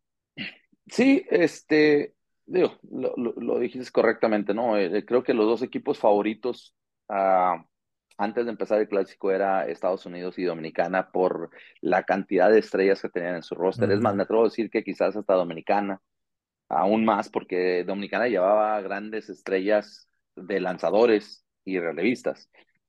[SPEAKER 2] Sí, este, digo, lo, lo, lo dijiste correctamente, ¿no? Eh, creo que los dos equipos favoritos ah, antes de empezar el clásico era Estados Unidos y Dominicana por la cantidad de estrellas que tenían en su roster. Es más,
[SPEAKER 1] Ujú,
[SPEAKER 2] me atrevo a decir que quizás hasta Dominicana, aún más, porque Dominicana llevaba grandes estrellas de lanzadores y relevistas.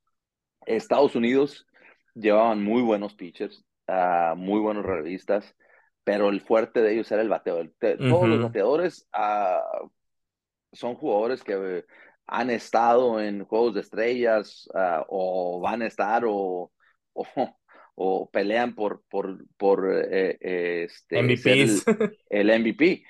[SPEAKER 2] Estados Unidos llevaban muy buenos pitchers, uh, muy buenos relevistas, pero el fuerte de ellos era el bateo. El, te, todos los
[SPEAKER 1] ujú.
[SPEAKER 2] bateadores uh, son jugadores que uh, han estado en Juegos de Estrellas uh, o van a estar o, o, o pelean por, por, por eh, eh, este, ser
[SPEAKER 1] M V Ps.
[SPEAKER 2] el, el M V P.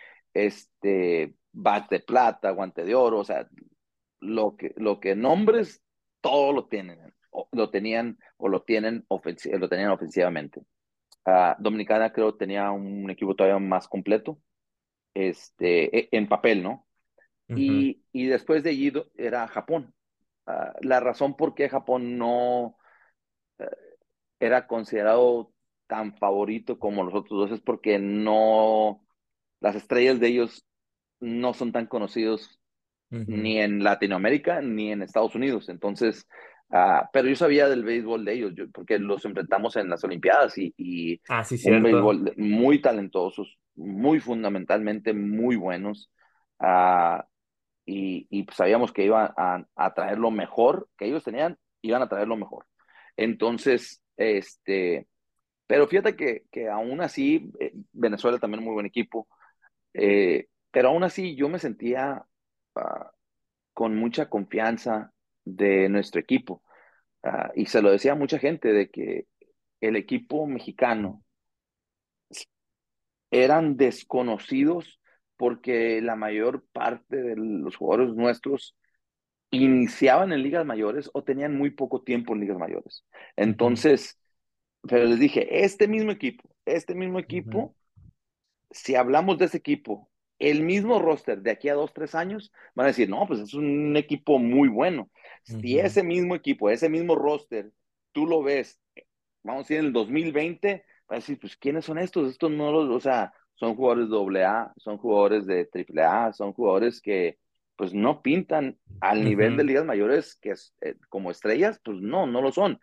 [SPEAKER 2] Este, bate de plata, guante de oro, o sea, lo que, lo que nombres, todo lo tienen, o, lo tenían o lo tienen, ofensi lo tenían ofensivamente. Uh, Dominicana creo tenía un equipo todavía más completo, este, e, en papel, ¿no?
[SPEAKER 1] Ujú,
[SPEAKER 2] Y, y después de allí era Japón. Uh, la razón por qué Japón no, era considerado tan favorito como los otros dos es porque no, las estrellas de ellos no son tan conocidos
[SPEAKER 1] Ujú.
[SPEAKER 2] ni en Latinoamérica ni en Estados Unidos. Entonces, uh, pero yo sabía del béisbol de ellos, yo, porque los enfrentamos en las Olimpiadas y, y
[SPEAKER 1] Ah, sí,
[SPEAKER 2] un
[SPEAKER 1] cierto.
[SPEAKER 2] béisbol muy talentosos, muy fundamentalmente muy buenos. Uh, y, y pues sabíamos que iban a, a traer lo mejor que ellos tenían, iban a traer lo mejor. Entonces, este, pero fíjate que, que aún así, eh, Venezuela también muy buen equipo, eh, pero aún así yo me sentía uh, con mucha confianza de nuestro equipo. Uh, y se lo decía a mucha gente de que el equipo mexicano eran desconocidos porque la mayor parte de los jugadores nuestros iniciaban en ligas mayores o tenían muy poco tiempo en ligas mayores.
[SPEAKER 1] Ujú,
[SPEAKER 2] Entonces, pero les dije, este mismo equipo, este mismo
[SPEAKER 1] ujú,
[SPEAKER 2] equipo, si hablamos de ese equipo, el mismo roster de aquí a dos, tres años, van a decir, no, pues es un equipo muy bueno. Si
[SPEAKER 1] ujú,
[SPEAKER 2] ese mismo equipo, ese mismo roster, tú lo ves, vamos a decir en el dos mil veinte, van a decir, pues ¿quiénes son estos? Estos no los, o sea, son jugadores de doble A, son jugadores de triple A, son jugadores que pues no pintan al nivel de
[SPEAKER 1] ujú,
[SPEAKER 2] ligas mayores que es, eh, como estrellas, pues no, no lo son.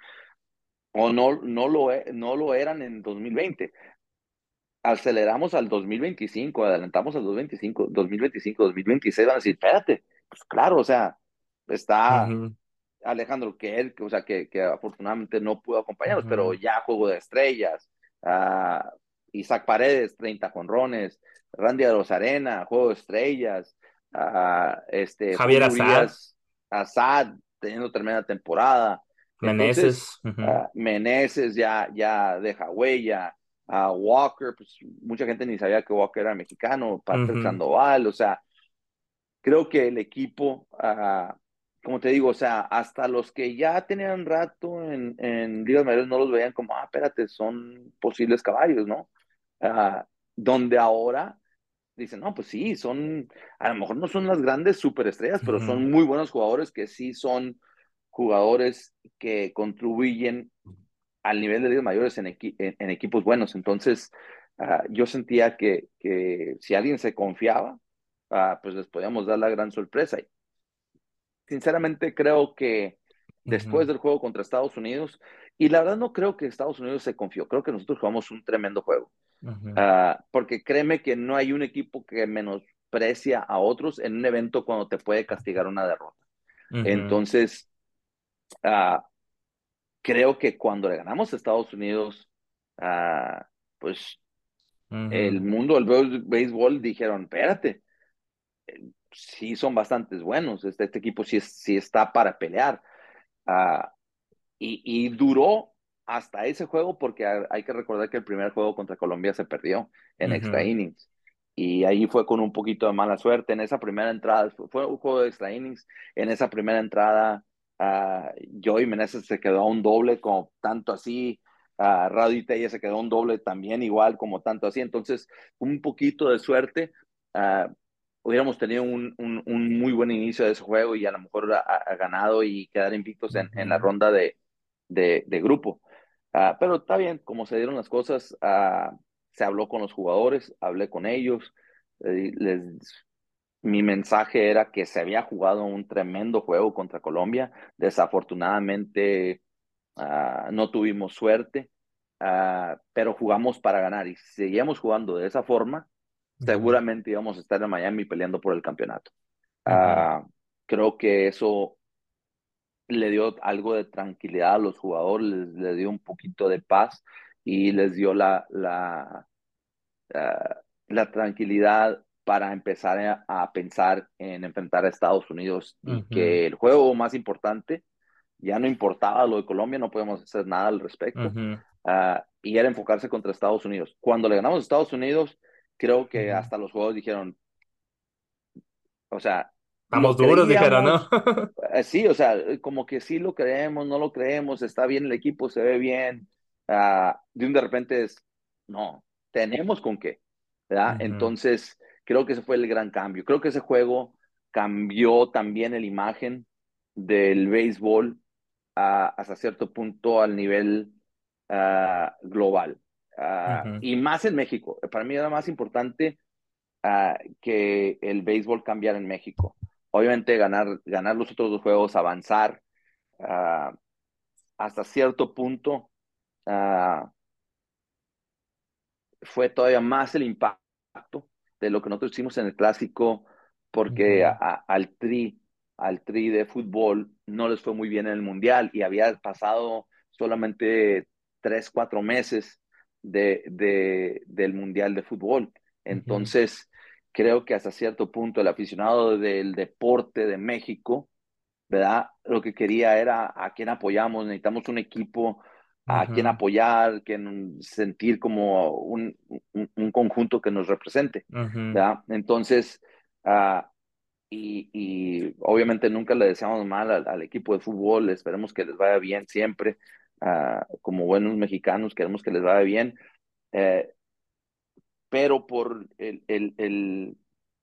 [SPEAKER 2] O no, no, lo, e- no lo eran en dos mil veinte. Aceleramos al dos mil veinticinco, adelantamos al dos mil veinticinco, dos mil veinticinco, dos mil veintiséis, van a decir, espérate, pues claro, o sea, está
[SPEAKER 1] ujú,
[SPEAKER 2] Alejandro que él, que, o sea, que, que afortunadamente no pudo acompañarnos, pero
[SPEAKER 1] ujú.
[SPEAKER 2] ya Juego de Estrellas, uh, Isaac Paredes, treinta jonrones, Randy Arozarena, Juego de Estrellas, uh, este,
[SPEAKER 1] Javier
[SPEAKER 2] Julio
[SPEAKER 1] Azad,
[SPEAKER 2] Urias, Azad, teniendo tremenda temporada. Entonces,
[SPEAKER 1] Meneses. Ujú,
[SPEAKER 2] uh, Meneses ya, ya deja huella, uh, Walker, pues mucha gente ni sabía que Walker era mexicano, Patrick
[SPEAKER 1] ujú,
[SPEAKER 2] Sandoval, o sea, creo que el equipo, uh, como te digo, o sea, hasta los que ya tenían rato en, en ligas mayores no los veían como, ah, espérate, son posibles caballos, ¿no? Uh, donde ahora dicen, no, pues sí, son, a lo mejor no son las grandes superestrellas, pero
[SPEAKER 1] ujú,
[SPEAKER 2] son muy buenos jugadores que sí son jugadores que contribuyen al nivel de ligas mayores en, equi en, en equipos buenos. Entonces, uh, yo sentía que, que si alguien se confiaba, uh, pues les podíamos dar la gran sorpresa. Sinceramente creo que después
[SPEAKER 1] ujú,
[SPEAKER 2] del juego contra Estados Unidos, y la verdad no creo que Estados Unidos se confió, creo que nosotros jugamos un tremendo juego,
[SPEAKER 1] ujú,
[SPEAKER 2] uh, porque créeme que no hay un equipo que menosprecia a otros en un evento cuando te puede castigar una derrota.
[SPEAKER 1] ujú,
[SPEAKER 2] Entonces, uh, creo que cuando le ganamos a Estados Unidos, uh, pues el
[SPEAKER 1] ujú,
[SPEAKER 2] mundo del béisbol dijeron, espérate, sí son bastantes buenos, este, este equipo sí, es, sí está para pelear. Uh, Y, y duró hasta ese juego porque hay que recordar que el primer juego contra Colombia se perdió en extra
[SPEAKER 1] ujú,
[SPEAKER 2] innings. Y ahí fue con un poquito de mala suerte. En esa primera entrada, fue, fue un juego de extra innings. En esa primera entrada, uh, Joey Meneses se quedó a un doble, como tanto así. Uh, Radu Tella se quedó a un doble también, igual como tanto así. Entonces, un poquito de suerte. Uh, hubiéramos tenido un, un, un, muy buen inicio de ese juego y a lo mejor ha, ha ganado y quedar invictos en, en la
[SPEAKER 1] ujú,
[SPEAKER 2] ronda de, de, de grupo. Uh, pero está bien, como se dieron las cosas, uh, se habló con los jugadores, hablé con ellos, eh, les, mi mensaje era que se había jugado un tremendo juego contra Colombia, desafortunadamente uh, no tuvimos suerte, uh, pero jugamos para ganar y si seguíamos jugando de esa forma,
[SPEAKER 1] ujú,
[SPEAKER 2] seguramente íbamos a estar en Miami peleando por el campeonato.
[SPEAKER 1] ujú,
[SPEAKER 2] Uh, creo que eso le dio algo de tranquilidad a los jugadores, les, les dio un poquito de paz y les dio la, la, uh, la tranquilidad para empezar a, a, pensar en enfrentar a Estados Unidos y
[SPEAKER 1] ujú,
[SPEAKER 2] que el juego más importante ya no importaba lo de Colombia, no podemos hacer nada al respecto,
[SPEAKER 1] ujú,
[SPEAKER 2] uh, y era enfocarse contra Estados Unidos. Cuando le ganamos a Estados Unidos, creo que
[SPEAKER 1] ujú.
[SPEAKER 2] hasta los jugadores dijeron, o sea,
[SPEAKER 1] Estamos
[SPEAKER 2] lo
[SPEAKER 1] duros, dijeron, ¿no?
[SPEAKER 2] creíamos, eh, sí, o sea, como que sí lo creemos, no lo creemos, está bien el equipo, se ve bien, uh, de un de repente es, no, tenemos con qué, ¿verdad?
[SPEAKER 1] Ujú,
[SPEAKER 2] Entonces, creo que ese fue el gran cambio. Creo que ese juego cambió también la imagen del béisbol a- hasta cierto punto al nivel ah, global. Ah,
[SPEAKER 1] Ujú,
[SPEAKER 2] y más en México. Para mí era más importante ah, que el béisbol cambiara en México. Obviamente ganar, ganar los otros dos juegos, avanzar ah, hasta cierto punto, ah, fue todavía más el impacto de lo que nosotros hicimos en el clásico, porque a-
[SPEAKER 1] ujú,
[SPEAKER 2] a- al tri, al tri de fútbol no les fue muy bien en el mundial y había pasado solamente tres, cuatro meses de, de- del mundial de fútbol.
[SPEAKER 1] ujú,
[SPEAKER 2] Entonces, creo que hasta cierto punto el aficionado del deporte de México, ¿verdad? Lo que quería era a quién apoyamos, necesitamos un equipo a quién
[SPEAKER 1] ujú,
[SPEAKER 2] apoyar, que sentir como un, un, un conjunto que nos represente,
[SPEAKER 1] ujú,
[SPEAKER 2] ¿verdad? Entonces, uh, y, y, obviamente nunca le deseamos mal al, al, equipo de fútbol, esperemos que les vaya bien siempre, uh, como buenos mexicanos queremos que les vaya bien, eh, pero por el, el, el,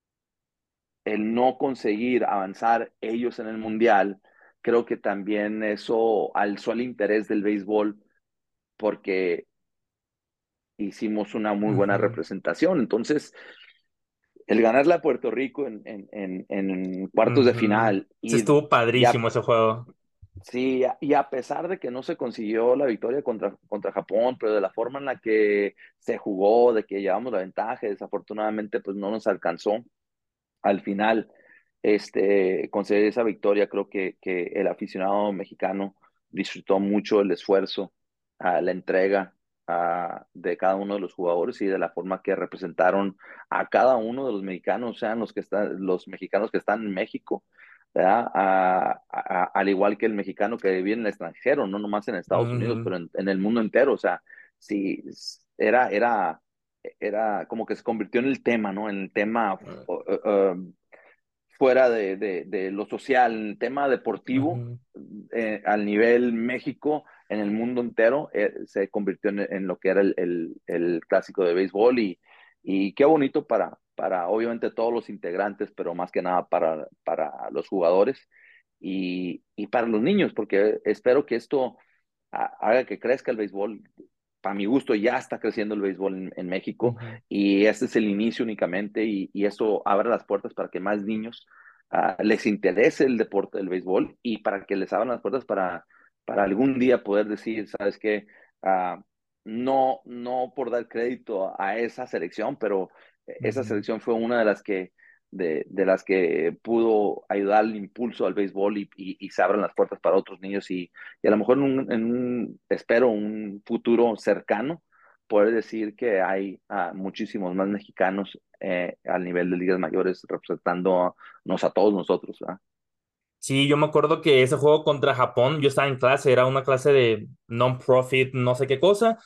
[SPEAKER 2] el no conseguir avanzar ellos en el mundial, creo que también eso alzó el interés del béisbol porque hicimos una muy buena
[SPEAKER 1] ujú,
[SPEAKER 2] representación. Entonces, el ganarle a Puerto Rico en, en, en, en cuartos de
[SPEAKER 1] ujú.
[SPEAKER 2] final
[SPEAKER 1] Sí,
[SPEAKER 2] y
[SPEAKER 1] estuvo
[SPEAKER 2] ya,
[SPEAKER 1] padrísimo ese juego.
[SPEAKER 2] sí, y a pesar de que no se consiguió la victoria contra, contra Japón, pero de la forma en la que se jugó, de que llevamos la ventaja, desafortunadamente pues no nos alcanzó al final este, conseguir esa victoria. Creo que, que el aficionado mexicano disfrutó mucho el esfuerzo, uh, la entrega uh, de cada uno de los jugadores y de la forma que representaron a cada uno de los mexicanos, sean los que están, los mexicanos que están en México, ¿verdad? A, a, al igual que el mexicano que vive en el extranjero, no nomás en Estados Unidos,
[SPEAKER 1] Ujú,
[SPEAKER 2] pero en, en el mundo entero. O sea, sí, era, era, era como que se convirtió en el tema, ¿no? En el tema uh, uh, fuera de, de, de, lo social, en el tema deportivo,
[SPEAKER 1] ujú.
[SPEAKER 2] eh, al nivel México, en el mundo entero, eh, se convirtió en, en, lo que era el, el, el clásico de béisbol y, y qué bonito para, para obviamente todos los integrantes, pero más que nada para, para los jugadores y, y para los niños, porque espero que esto haga que crezca el béisbol. Para mi gusto ya está creciendo el béisbol en, en México
[SPEAKER 1] Ujú.
[SPEAKER 2] y este es el inicio únicamente y, y eso abre las puertas para que más niños uh, les interese el deporte del béisbol y para que les abran las puertas para, para algún día poder decir, ¿sabes qué? Uh, no, no por dar crédito a esa selección, pero esa
[SPEAKER 1] Ujú.
[SPEAKER 2] selección fue una de las que de, de las que pudo ayudar al impulso al béisbol y, y, y se abran las puertas para otros niños y, y a lo mejor en un, en un, espero, un futuro cercano, poder decir que hay uh, muchísimos más mexicanos eh, al nivel de ligas mayores representándonos a todos nosotros, ¿verdad?
[SPEAKER 1] Sí, yo me acuerdo que ese juego contra Japón, yo estaba en clase, era una clase de non-profit, no sé qué cosa,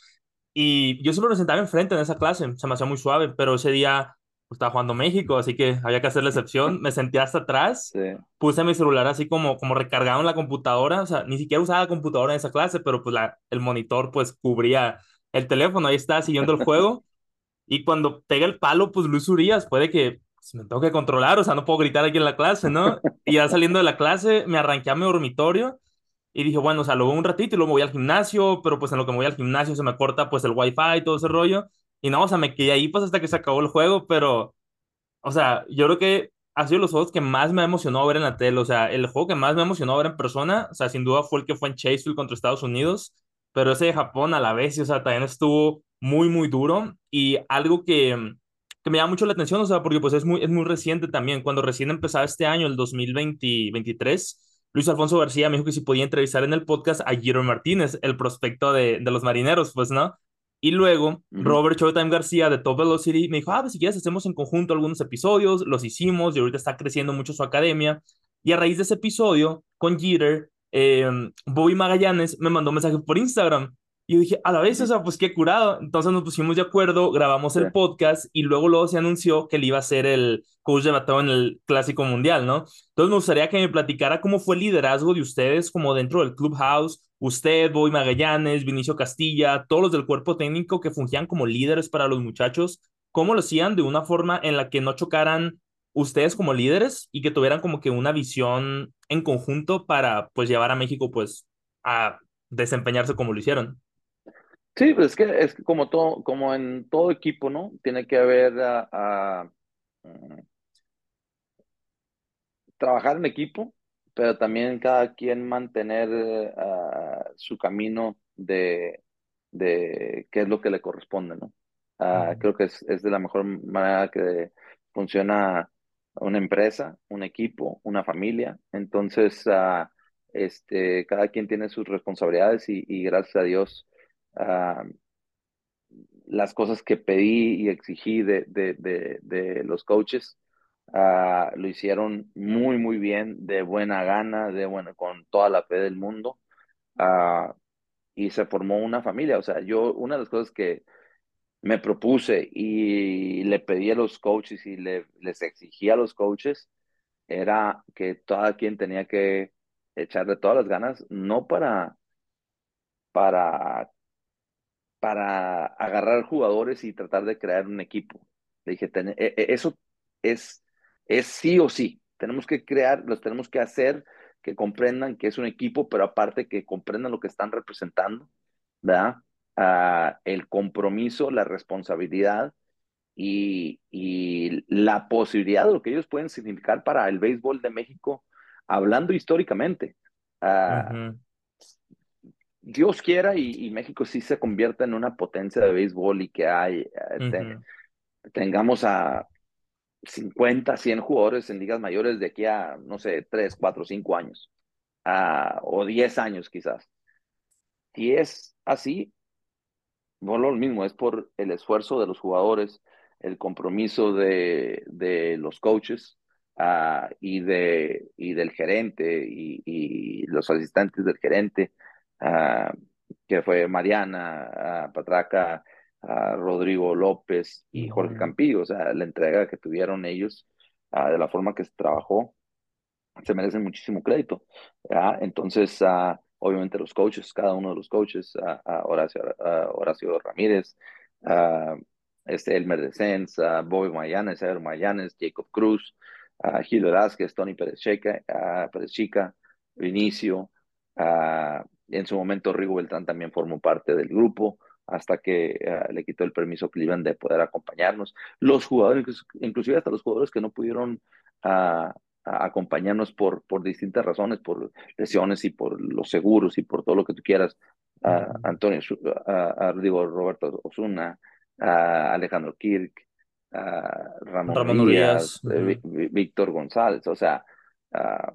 [SPEAKER 1] y yo siempre me sentaba enfrente en esa clase, se me hacía muy suave, pero ese día pues, estaba jugando México, así que había que hacer la excepción, me senté hasta atrás,
[SPEAKER 2] Sí.
[SPEAKER 1] puse mi celular así como, como recargado en la computadora, o sea, ni siquiera usaba la computadora en esa clase, pero pues la, el monitor pues cubría el teléfono, ahí estaba siguiendo el juego, y cuando pega el palo, pues Luis Urias puede que pues, me tengo que controlar, o sea, no puedo gritar aquí en la clase, ¿no? Y ya saliendo de la clase, me arranqué a mi dormitorio y dije, bueno, o sea, luego un ratito y luego me voy al gimnasio, pero pues en lo que me voy al gimnasio se me corta pues el wifi y todo ese rollo. Y no, o sea, me quedé ahí pues hasta que se acabó el juego, pero, o sea, yo creo que ha sido los juegos que más me emocionó ver en la tele. O sea, el juego que más me emocionó ver en persona, o sea, sin duda fue el que fue en Chaseville contra Estados Unidos, pero ese de Japón a la vez, o sea, también estuvo muy, muy duro. Y algo que, que me llama mucho la atención, o sea, porque pues es muy, es muy reciente también. Cuando recién empezaba este año, el dos mil veinte veintitrés, Luis Alfonso García me dijo que si podía entrevistar en el podcast a Jiro Martínez, el prospecto de, de los marineros, pues, ¿no? Y luego
[SPEAKER 2] Uh -huh.
[SPEAKER 1] Robert Showtime García de Top Velocity me dijo, ah, pues si quieres hacemos en conjunto algunos episodios, los hicimos y ahorita está creciendo mucho su academia. Y a raíz de ese episodio con Jeter, eh, Bobby Magallanes me mandó un mensaje por Instagram. Y yo dije, a la
[SPEAKER 2] Uh
[SPEAKER 1] vez, o
[SPEAKER 2] -huh.
[SPEAKER 1] sea, pues qué curado. Entonces nos pusimos de acuerdo, grabamos
[SPEAKER 2] Sí.
[SPEAKER 1] el podcast y luego luego se anunció que él iba a ser el coach de bateo en el Clásico Mundial, ¿no? Entonces me gustaría que me platicara cómo fue el liderazgo de ustedes como dentro del Clubhouse, usted, Boy Magallanes, Vinicio Castilla, todos los del cuerpo técnico que fungían como líderes para los muchachos, cómo lo hacían de una forma en la que no chocaran ustedes como líderes y que tuvieran como que una visión en conjunto para pues llevar a México pues a desempeñarse como lo hicieron.
[SPEAKER 2] Sí, pues es que es que como todo, como en todo equipo, ¿no? Tiene que haber ah, ah, mm, trabajar en equipo, pero también cada quien mantener eh, ah, su camino de, de qué es lo que le corresponde, ¿no? Ah,
[SPEAKER 1] Ujú,
[SPEAKER 2] creo que es, es de la mejor manera que funciona una empresa, un equipo, una familia. Entonces, ah, este, cada quien tiene sus responsabilidades y, y gracias a Dios, ah, las cosas que pedí y exigí de, de, de, de los coaches, uh, lo hicieron muy, muy bien, de buena gana, de buena, con toda la fe del mundo, uh, y se formó una familia. O sea, yo, una de las cosas que me propuse y le pedí a los coaches y le, les exigí a los coaches era que cada quien tenía que echarle todas las ganas, no para, para para agarrar jugadores y tratar de crear un equipo. Le dije, "Ten- e- e- eso es, es sí o sí. Tenemos que crear, los tenemos que hacer que comprendan que es un equipo, pero aparte que comprendan lo que están representando, ¿verdad? Ah, el compromiso, la responsabilidad y, y la posibilidad de lo que ellos pueden significar para el béisbol de México, hablando históricamente. Ah,
[SPEAKER 1] ujú,
[SPEAKER 2] Dios quiera y, y México sí se convierta en una potencia de béisbol y que hay, eh, te-
[SPEAKER 1] ujú.
[SPEAKER 2] tengamos a cincuenta cien jugadores en ligas mayores de aquí a, no sé, tres cuatro cinco años, ah, o diez años quizás. Si es así, bueno, lo mismo, es por el esfuerzo de los jugadores, el compromiso de, de los coaches ah, y, de, y del gerente y, y los asistentes del gerente, ah, que fue Mariana, ah, Patraca, ah, Rodrigo López y Jorge
[SPEAKER 1] Ujú,
[SPEAKER 2] Campillo. O sea, la entrega que tuvieron ellos, ah, de la forma que se trabajó se merecen muchísimo crédito. ¿Ya? Entonces, uh, obviamente los coaches, cada uno de los coaches, uh, uh, Horacio, uh, Horacio Ramírez, uh, este Elmer Descens, uh, Bobby Mayanes, Ever Mayanes, Jacob Cruz, uh, Gil Velázquez, Tony Pérez Chica, uh, Pérez Chica, Vinicio, uh, en su momento Rigo Beltrán también formó parte del grupo hasta que uh, le quitó el permiso Cleveland de poder acompañarnos. Los jugadores, inclusive hasta los jugadores que no pudieron uh, a acompañarnos por, por distintas razones, por lesiones y por los seguros y por todo lo que tú quieras. A
[SPEAKER 1] ujú.
[SPEAKER 2] Antonio, a, a, digo, Roberto Osuna, a Alejandro Kirk, a Ramón
[SPEAKER 1] Ramón Urias.
[SPEAKER 2] Urias, eh,
[SPEAKER 1] Ujú,
[SPEAKER 2] Víctor González, o sea, a,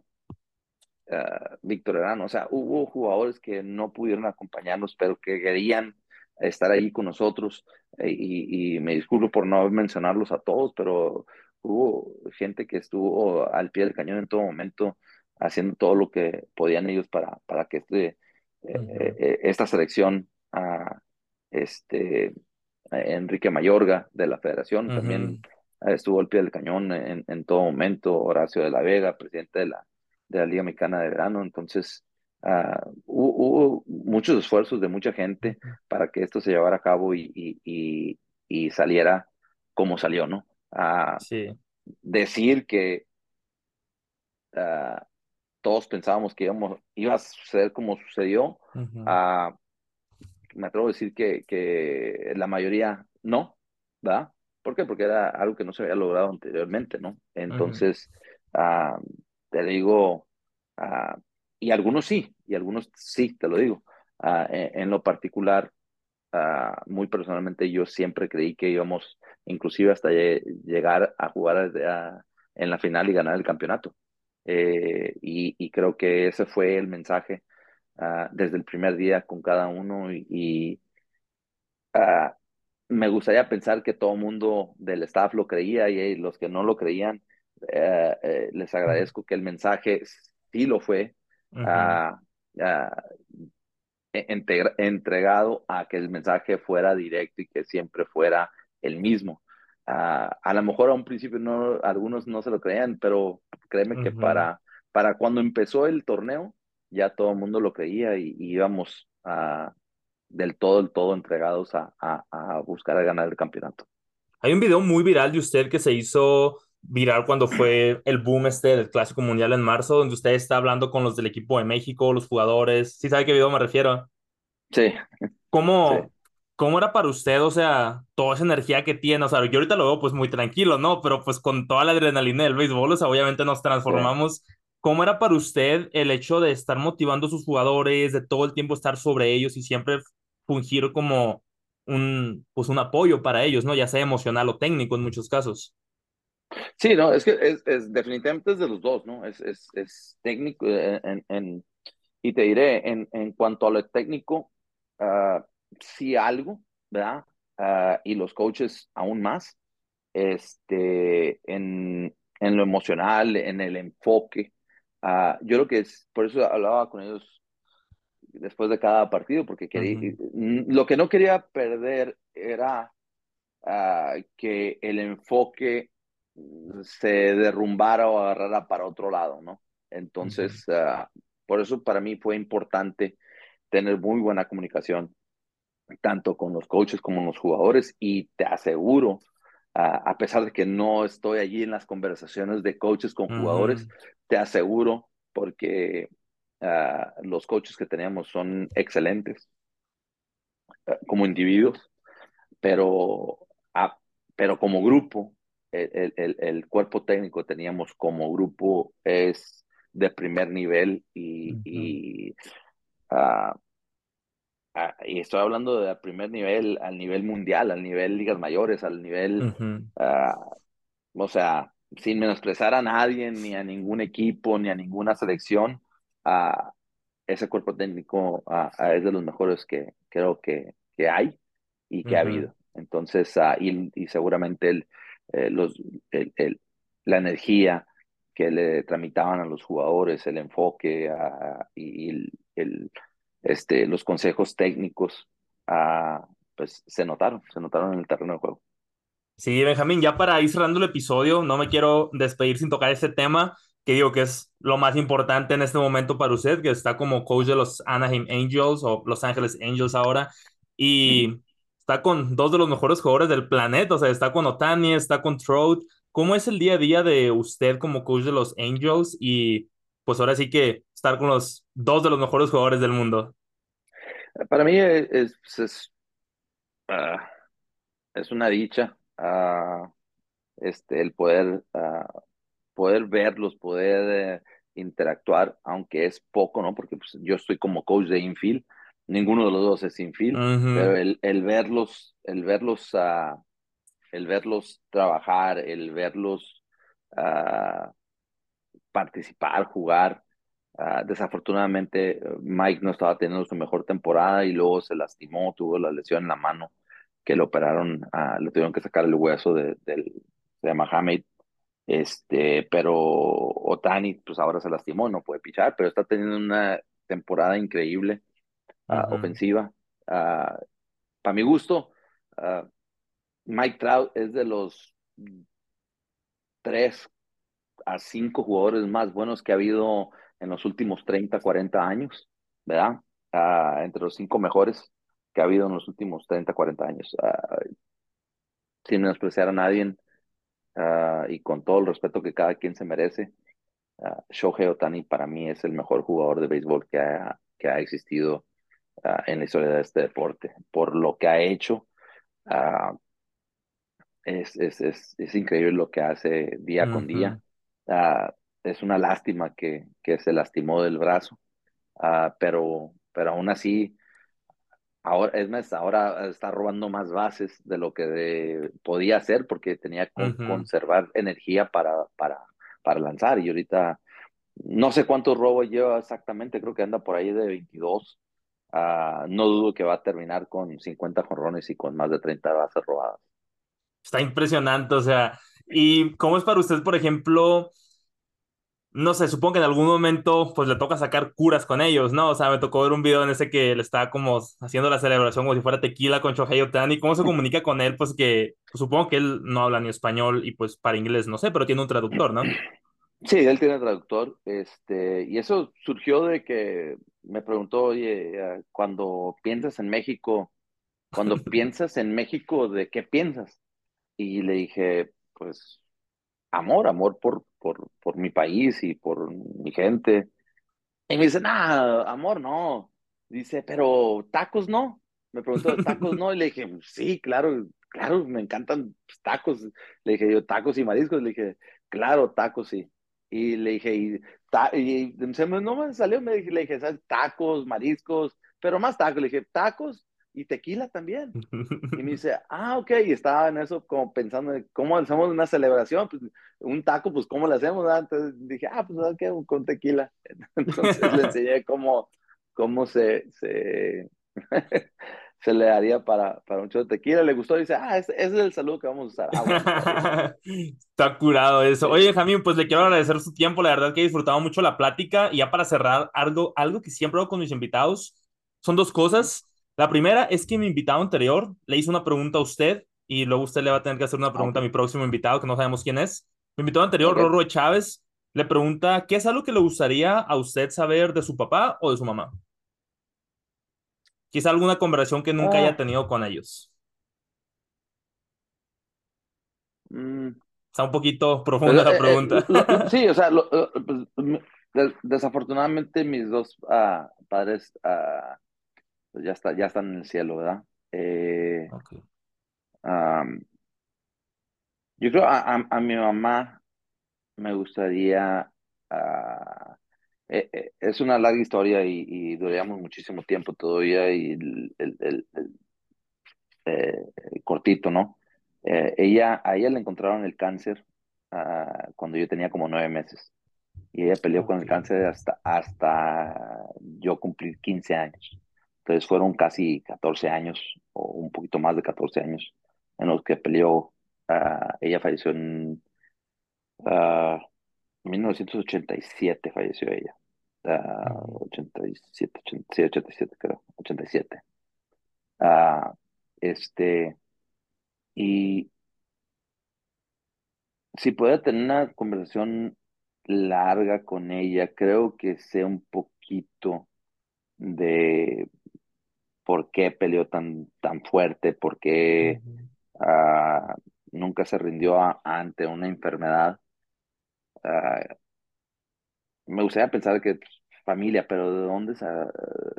[SPEAKER 2] uh, Víctor Herano, o sea, hubo jugadores que no pudieron acompañarnos, pero que querían estar ahí con nosotros, eh, y, y, me disculpo por no mencionarlos a todos, pero hubo gente que estuvo al pie del cañón en todo momento, haciendo todo lo que podían ellos para, para que este, eh,
[SPEAKER 1] ujú,
[SPEAKER 2] eh, esta selección, uh, este, Enrique Mayorga de la Federación también
[SPEAKER 1] ujú,
[SPEAKER 2] eh, estuvo al pie del cañón en, en todo momento, Horacio de la Vega, presidente de la de la Liga Mexicana de Verano. Entonces, uh, hubo, hubo, muchos esfuerzos de mucha gente
[SPEAKER 1] ujú.
[SPEAKER 2] para que esto se llevara a cabo y, y, y, y saliera como salió, ¿no? Uh,
[SPEAKER 1] Sí.
[SPEAKER 2] decir que uh, todos pensábamos que íbamos, iba a suceder como sucedió,
[SPEAKER 1] Ujú,
[SPEAKER 2] uh, me atrevo a decir que, que la mayoría no, ¿verdad? ¿Por qué? Porque era algo que no se había logrado anteriormente, ¿no?
[SPEAKER 1] ujú,
[SPEAKER 2] Entonces, uh, te digo, uh, y algunos sí, y algunos sí, te lo digo. Uh, en, en, lo particular, uh, muy personalmente, yo siempre creí que íbamos, inclusive hasta lle llegar a jugar a, en la final y ganar el campeonato. Eh, y, y creo que ese fue el mensaje uh, desde el primer día con cada uno y, y uh, me gustaría pensar que todo el mundo del staff lo creía y, y los que no lo creían, eh, eh, les agradezco que el mensaje sí lo fue
[SPEAKER 1] ujú.
[SPEAKER 2] uh, uh, integra- entregado a que el mensaje fuera directo y que siempre fuera el mismo. Uh, a lo mejor a un principio no, algunos no se lo creían, pero créeme que
[SPEAKER 1] Ujú.
[SPEAKER 2] para, para cuando empezó el torneo, ya todo el mundo lo creía y, y íbamos a del todo, del todo entregados a, a, a buscar a ganar el campeonato.
[SPEAKER 1] Hay un video muy viral de usted que se hizo viral cuando fue el boom este del Clásico Mundial en marzo, donde usted está hablando con los del equipo de México, los jugadores. ¿Sí sabe a qué video me refiero?
[SPEAKER 2] Sí, sí.
[SPEAKER 1] ¿Cómo, cómo era para usted, o sea, toda esa energía que tiene? O sea, yo ahorita lo veo pues muy tranquilo, ¿no? Pero pues con toda la adrenalina del béisbol, o sea, obviamente nos
[SPEAKER 2] Sí.
[SPEAKER 1] transformamos. ¿Cómo era para usted el hecho de estar motivando a sus jugadores, de todo el tiempo estar sobre ellos y siempre fungir como un, pues un apoyo para ellos, ¿no? Ya sea emocional o técnico en muchos casos.
[SPEAKER 2] Sí, no, es que es, es definitivamente es de los dos, ¿no? Es, es, es técnico en, en, en- y te diré, en, en cuanto a lo técnico, ah, sí algo, ¿verdad? Ah, y los coaches aún más, este, en, en lo emocional, en el enfoque. Ah, yo lo que es, por eso hablaba con ellos después de cada partido, porque quería,
[SPEAKER 1] Ujú,
[SPEAKER 2] lo que no quería perder era ah, que el enfoque se derrumbara o agarrara para otro lado, ¿no?
[SPEAKER 1] ujú,
[SPEAKER 2] Entonces, ah, por eso para mí fue importante tener muy buena comunicación, tanto con los coaches como con los jugadores, y te aseguro, ah, a pesar de que no estoy allí en las conversaciones de coaches con jugadores,
[SPEAKER 1] ujú,
[SPEAKER 2] te aseguro porque ah, los coaches que tenemos son excelentes ah, como individuos, pero, ah, pero como grupo, el, el, el cuerpo técnico que teníamos como grupo es de primer nivel y,
[SPEAKER 1] ujú,
[SPEAKER 2] y, ah, ah, y estoy hablando de primer nivel, al nivel mundial, al nivel ligas mayores, al nivel,
[SPEAKER 1] ujú,
[SPEAKER 2] ah, o sea, sin menosprezar a nadie, ni a ningún equipo, ni a ninguna selección, ah, ese cuerpo técnico ah, ah, es de los mejores que creo que, que hay y que ha
[SPEAKER 1] ujú,
[SPEAKER 2] habido. Entonces, ah, y, y seguramente el, eh, los, el, el- la energía que le tramitaban a los jugadores, el enfoque ah, y, y el, el, este, los consejos técnicos, ah, pues se notaron, se notaron en el terreno de juego.
[SPEAKER 1] sí, Benjamín, ya para ir cerrando el episodio, no me quiero despedir sin tocar ese tema que digo que es lo más importante en este momento para usted, que está como coach de los Anaheim Angels o Los Ángeles Angels ahora,
[SPEAKER 2] Ujú.
[SPEAKER 1] y está con dos de los mejores jugadores del planeta, o sea, está con Otani, está con Trout. ¿Cómo es el día a día de usted como coach de los Angels? Y pues ahora sí que estar con los dos de los mejores jugadores del mundo.
[SPEAKER 2] Para mí es, es, es, ah, es una dicha ah, este, el poder ah, poder verlos, poder eh, interactuar, aunque es poco, ¿no? Porque pues, yo estoy como coach de infield, ninguno de los dos es infield, pero
[SPEAKER 1] Ujú,
[SPEAKER 2] el, el verlos, el verlos, uh, el verlos trabajar, el verlos uh, participar, jugar. Uh, desafortunadamente, Mike no estaba teniendo su mejor temporada y luego se lastimó, tuvo la lesión en la mano que le operaron, uh, le tuvieron que sacar el hueso de, del, se llama Hamate, este, pero Otani, pues ahora se lastimó, no puede pichar, pero está teniendo una temporada increíble, uh,
[SPEAKER 1] ujú,
[SPEAKER 2] ofensiva. Uh, para mi gusto, uh, Mike Trout es de los tres a cinco jugadores más buenos que ha habido en los últimos treinta cuarenta años, ¿verdad? Uh, entre los cinco mejores que ha habido en los últimos treinta cuarenta años. Uh, sin menospreciar a nadie uh, y con todo el respeto que cada quien se merece. Uh, Shohei Otani para mí es el mejor jugador de béisbol que ha, que ha existido uh, en la historia de este deporte. Por lo que ha hecho, uh, es, es, es, es, increíble lo que hace día con día.
[SPEAKER 1] ujú,
[SPEAKER 2] Uh, es una lástima que, que, se lastimó del brazo, uh, pero, pero aún así, ahora, es más, ahora está robando más bases de lo que de, podía hacer porque tenía que con,
[SPEAKER 1] ujú.
[SPEAKER 2] conservar energía para, para, para lanzar y ahorita no sé cuántos robos lleva exactamente, creo que anda por ahí de veintidós. Uh, no dudo que va a terminar con cincuenta jonrones y con más de treinta bases robadas.
[SPEAKER 1] Está impresionante, o sea, ¿y cómo es para usted, por ejemplo? No sé, supongo que en algún momento pues le toca sacar curas con ellos, ¿no? O sea, me tocó ver un video en ese que le estaba como haciendo la celebración como si fuera tequila con Shohei Ohtani. ¿Cómo se comunica con él? Pues que pues, supongo que él no habla ni español y pues para inglés no sé, pero tiene un traductor, ¿no?
[SPEAKER 2] Sí, él tiene traductor, este, y eso surgió de que me preguntó, oye, eh, cuando piensas en México, cuando piensas en México, ¿de qué piensas? Y le dije, pues amor, amor por, por, por mi país y por mi gente. Y me dice, nah, amor, no. Dice, pero tacos no. Me preguntó, ¿tacos no? Y le dije, sí, claro, claro, me encantan pues, tacos. Le dije, yo, tacos y mariscos. Le dije, claro, tacos sí. Y le dije, y, ta- y se me, no me salió, me dije, le dije, ¿sabes? Tacos, mariscos, pero más tacos. Le dije, tacos y tequila también. Y me dice, ah, ok, y estaba en eso como pensando, en ¿cómo hacemos una celebración? Pues un taco, pues ¿cómo lo hacemos? Ah, entonces dije, ah, pues ¿sabes qué? Con tequila. Entonces le enseñé cómo, cómo se, se, se le haría para, para un shot de tequila. Le gustó, dice, ah, ese, ese es el saludo que vamos a usar. Ah, bueno, está bien.
[SPEAKER 3] Está curado eso. Oye,
[SPEAKER 2] Sí.
[SPEAKER 3] Jamín, pues le quiero agradecer su tiempo. La verdad que he disfrutado mucho la plática. Y ya para cerrar, algo, algo que siempre hago con mis invitados son dos
[SPEAKER 2] Ujú.
[SPEAKER 3] cosas. La primera es que mi invitado anterior le hizo una pregunta a usted y luego usted le va a tener que hacer una
[SPEAKER 2] Ah,
[SPEAKER 3] pregunta a
[SPEAKER 2] ok,
[SPEAKER 3] mi próximo invitado, que no sabemos quién es. Mi invitado anterior,
[SPEAKER 2] ok.
[SPEAKER 3] Rorro Chávez, le pregunta, ¿qué es algo que le gustaría a usted saber de su papá o de su mamá? Quizá alguna conversación que nunca haya
[SPEAKER 2] Ah,
[SPEAKER 3] tenido con ellos.
[SPEAKER 2] mm,
[SPEAKER 3] Está un poquito
[SPEAKER 2] pues,
[SPEAKER 3] profunda la
[SPEAKER 2] eh, eh,
[SPEAKER 3] pregunta.
[SPEAKER 2] lo- lo- sí, o sea, lo- lo- pues, mm, des- desafortunadamente mis dos ah, padres ah, pues ya está, ya están en el cielo, ¿verdad? Eh,
[SPEAKER 3] Ok.
[SPEAKER 2] am, yo creo a, a, a mi mamá me gustaría, ah, eh, eh, es una larga historia y, y duraríamos muchísimo tiempo todavía y el, el- el- el, eh, cortito, ¿no? Eh, ella, a ella le encontraron el cáncer ah, cuando yo tenía como nueve meses y ella peleó con
[SPEAKER 3] Ok.
[SPEAKER 2] el cáncer hasta, hasta yo cumplir quince años. Entonces fueron casi catorce años o un poquito más de catorce años en los que peleó. Ah, ella falleció en ah, mil novecientos ochenta y siete, falleció ella. Ah,
[SPEAKER 3] Ujú.
[SPEAKER 2] ochenta y siete, ochenta, sí, ochenta y siete creo, ochenta y siete. Ah, este, y si pudiera tener una conversación larga con ella, creo que sé un poquito de por qué peleó tan, tan fuerte, por qué
[SPEAKER 3] Ujú.
[SPEAKER 2] ah, nunca se rindió a- ante una enfermedad. Ah, me gustaría pensar que pues, familia, pero ¿de dónde? sa-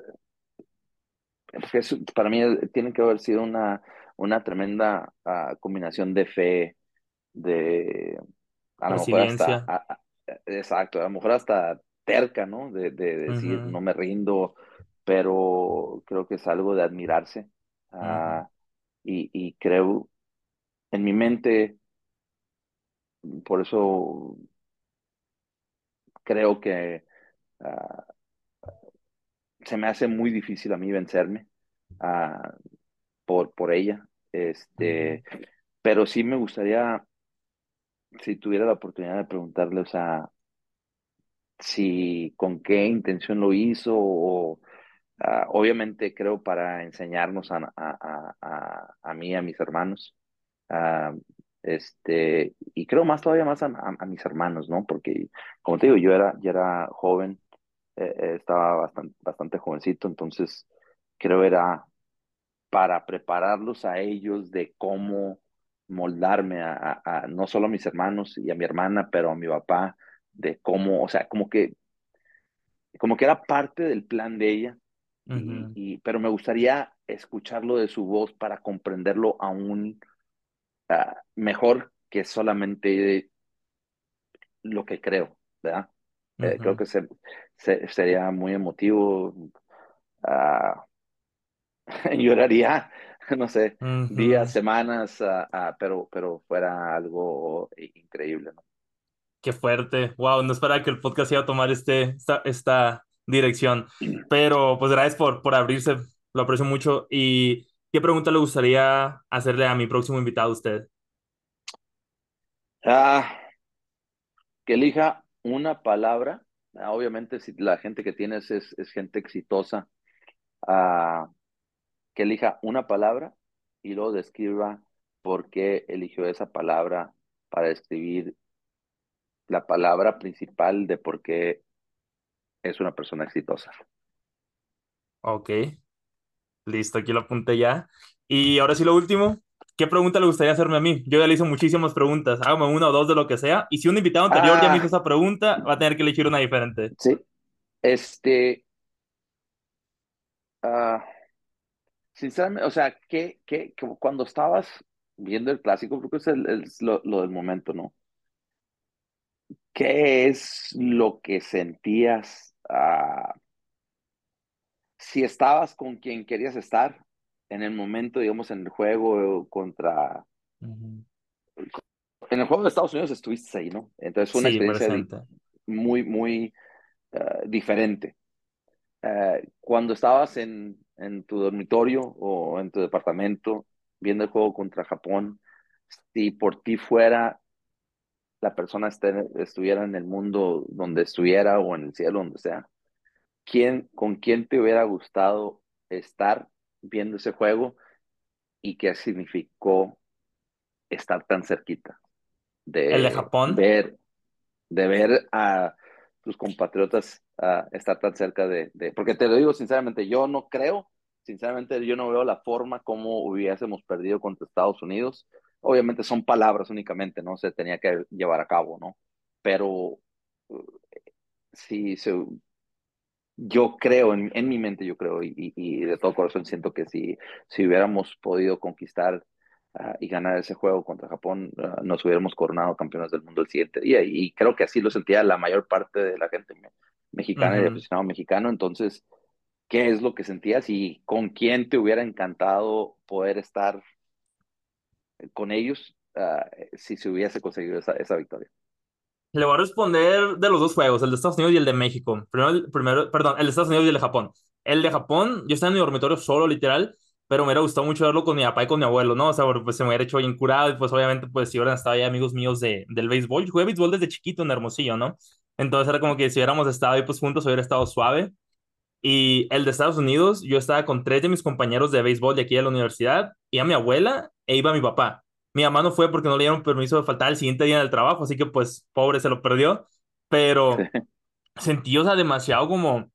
[SPEAKER 2] Porque eso, para mí eh, tiene que haber sido una, una tremenda ah, combinación de fe, de a lo mejor hasta,
[SPEAKER 3] Resiliencia.
[SPEAKER 2] a- a- exacto, a lo mejor hasta terca, ¿no? De, de decir,
[SPEAKER 3] Ujú,
[SPEAKER 2] no me rindo, pero creo que es algo de admirarse.
[SPEAKER 3] ujú,
[SPEAKER 2] Ah, y, y creo, en mi mente, por eso creo que ah, se me hace muy difícil a mí vencerme ah, por, por ella.
[SPEAKER 3] ujú,
[SPEAKER 2] Este, pero sí me gustaría, si tuviera la oportunidad de preguntarle, o sea, si con qué intención lo hizo, o ah, obviamente creo para enseñarnos a, a, a, a, a mí, a mis hermanos, ah, este, y creo más todavía más a, a- a mis hermanos, ¿no? Porque, como te digo, yo era, ya era joven, eh, eh, estaba bastante, bastante jovencito, entonces creo era para prepararlos a ellos de cómo moldarme a, a- a no solo a mis hermanos y a mi hermana, pero a mi papá, de cómo, o sea, como que, como que era parte del plan de ella, y,
[SPEAKER 3] ujú,
[SPEAKER 2] y, pero me gustaría escucharlo de su voz para comprenderlo aún ah, mejor que solamente lo que creo, ¿verdad? Eh, creo
[SPEAKER 3] ujú,
[SPEAKER 2] que se- se- sería muy emotivo. ah, Lloraría, no sé, días,
[SPEAKER 3] ujú.
[SPEAKER 2] semanas, ah, ah, pero, pero fuera algo increíble, ¿no?
[SPEAKER 3] Qué fuerte. Wow, no esperaba que el podcast iba a tomar este, esta, esta dirección. Pero pues gracias por, por abrirse. Lo aprecio mucho. ¿Y qué pregunta le gustaría hacerle a mi próximo invitado a usted?
[SPEAKER 2] Ah, que elija una palabra. Ah, obviamente, si la gente que tienes es, es gente exitosa, ah, que elija una palabra y luego describa por qué eligió esa palabra para describir la palabra principal de por qué es una persona exitosa.
[SPEAKER 3] Ok, listo, aquí lo apunté ya. Y ahora sí lo último. ¿qué pregunta le gustaría hacerme a mí? Yo ya le hice muchísimas preguntas, hágame una o dos de lo que sea, y si un invitado anterior ya me hizo
[SPEAKER 2] Ah,
[SPEAKER 3] esa pregunta, va a tener que elegir una diferente.
[SPEAKER 2] sí. Este, ah, sinceramente, o sea, ¿qué, qué, qué- cuando estabas viendo el clásico, creo que es, el- es lo, lo del momento, ¿no? ¿Qué es lo que sentías, ah, si estabas con quien querías estar en el momento, digamos, en el juego contra...
[SPEAKER 3] Ujú.
[SPEAKER 2] En el juego de Estados Unidos estuviste ahí, ¿no? Entonces fue una
[SPEAKER 3] Sí,
[SPEAKER 2] experiencia di-
[SPEAKER 3] presente.
[SPEAKER 2] muy, muy ah, diferente. Eh, cuando estabas en, en tu dormitorio o en tu departamento viendo el juego contra Japón, si por ti fuera la persona este- estuviera en el mundo donde estuviera o en el cielo, donde sea, ¿quién, con quién te hubiera gustado estar viendo ese juego y qué significó estar tan cerquita
[SPEAKER 3] El de
[SPEAKER 2] de
[SPEAKER 3] Japón.
[SPEAKER 2] ver, de ver a tus compatriotas ah, estar tan cerca de, de, porque te lo digo sinceramente, yo no creo, sinceramente yo no veo la forma como hubiésemos perdido contra Estados Unidos. Obviamente son palabras únicamente, ¿no? Se tenía que llevar a cabo, ¿no? Pero uh, sí, se, yo creo, en, en mi mente yo creo, y, y, y de todo corazón siento que si, si hubiéramos podido conquistar uh, y ganar ese juego contra Japón, uh, nos hubiéramos coronado campeones del mundo el siguiente día. Y, y creo que así lo sentía la mayor parte de la gente me, mexicana y de
[SPEAKER 3] Ujú.
[SPEAKER 2] aficionado mexicano. Entonces, ¿qué es lo que sentías y con quién te hubiera encantado poder estar con ellos uh, si se hubiese conseguido esa, esa victoria?
[SPEAKER 3] Le voy a responder de los dos juegos, el de Estados Unidos y el de México. Primero, el- primero, perdón, el de Estados Unidos y el de Japón. El de Japón, yo estaba en mi dormitorio solo, literal, pero me hubiera gustado mucho verlo con mi papá y con mi abuelo, ¿no? O sea, porque, pues se me hubiera hecho bien curado y pues obviamente pues si hubieran estado ahí amigos míos de, del béisbol. Yo jugué béisbol desde chiquito en Hermosillo, ¿no? Entonces era como que si hubiéramos estado ahí pues juntos hubiera estado suave. Y el de Estados Unidos, yo estaba con tres de mis compañeros de béisbol de aquí de la universidad, y a mi abuela e iba mi papá. Mi mamá no fue porque no le dieron permiso de faltar el siguiente día en el trabajo, así que pues pobre se lo perdió, pero sentí, o sea, demasiado como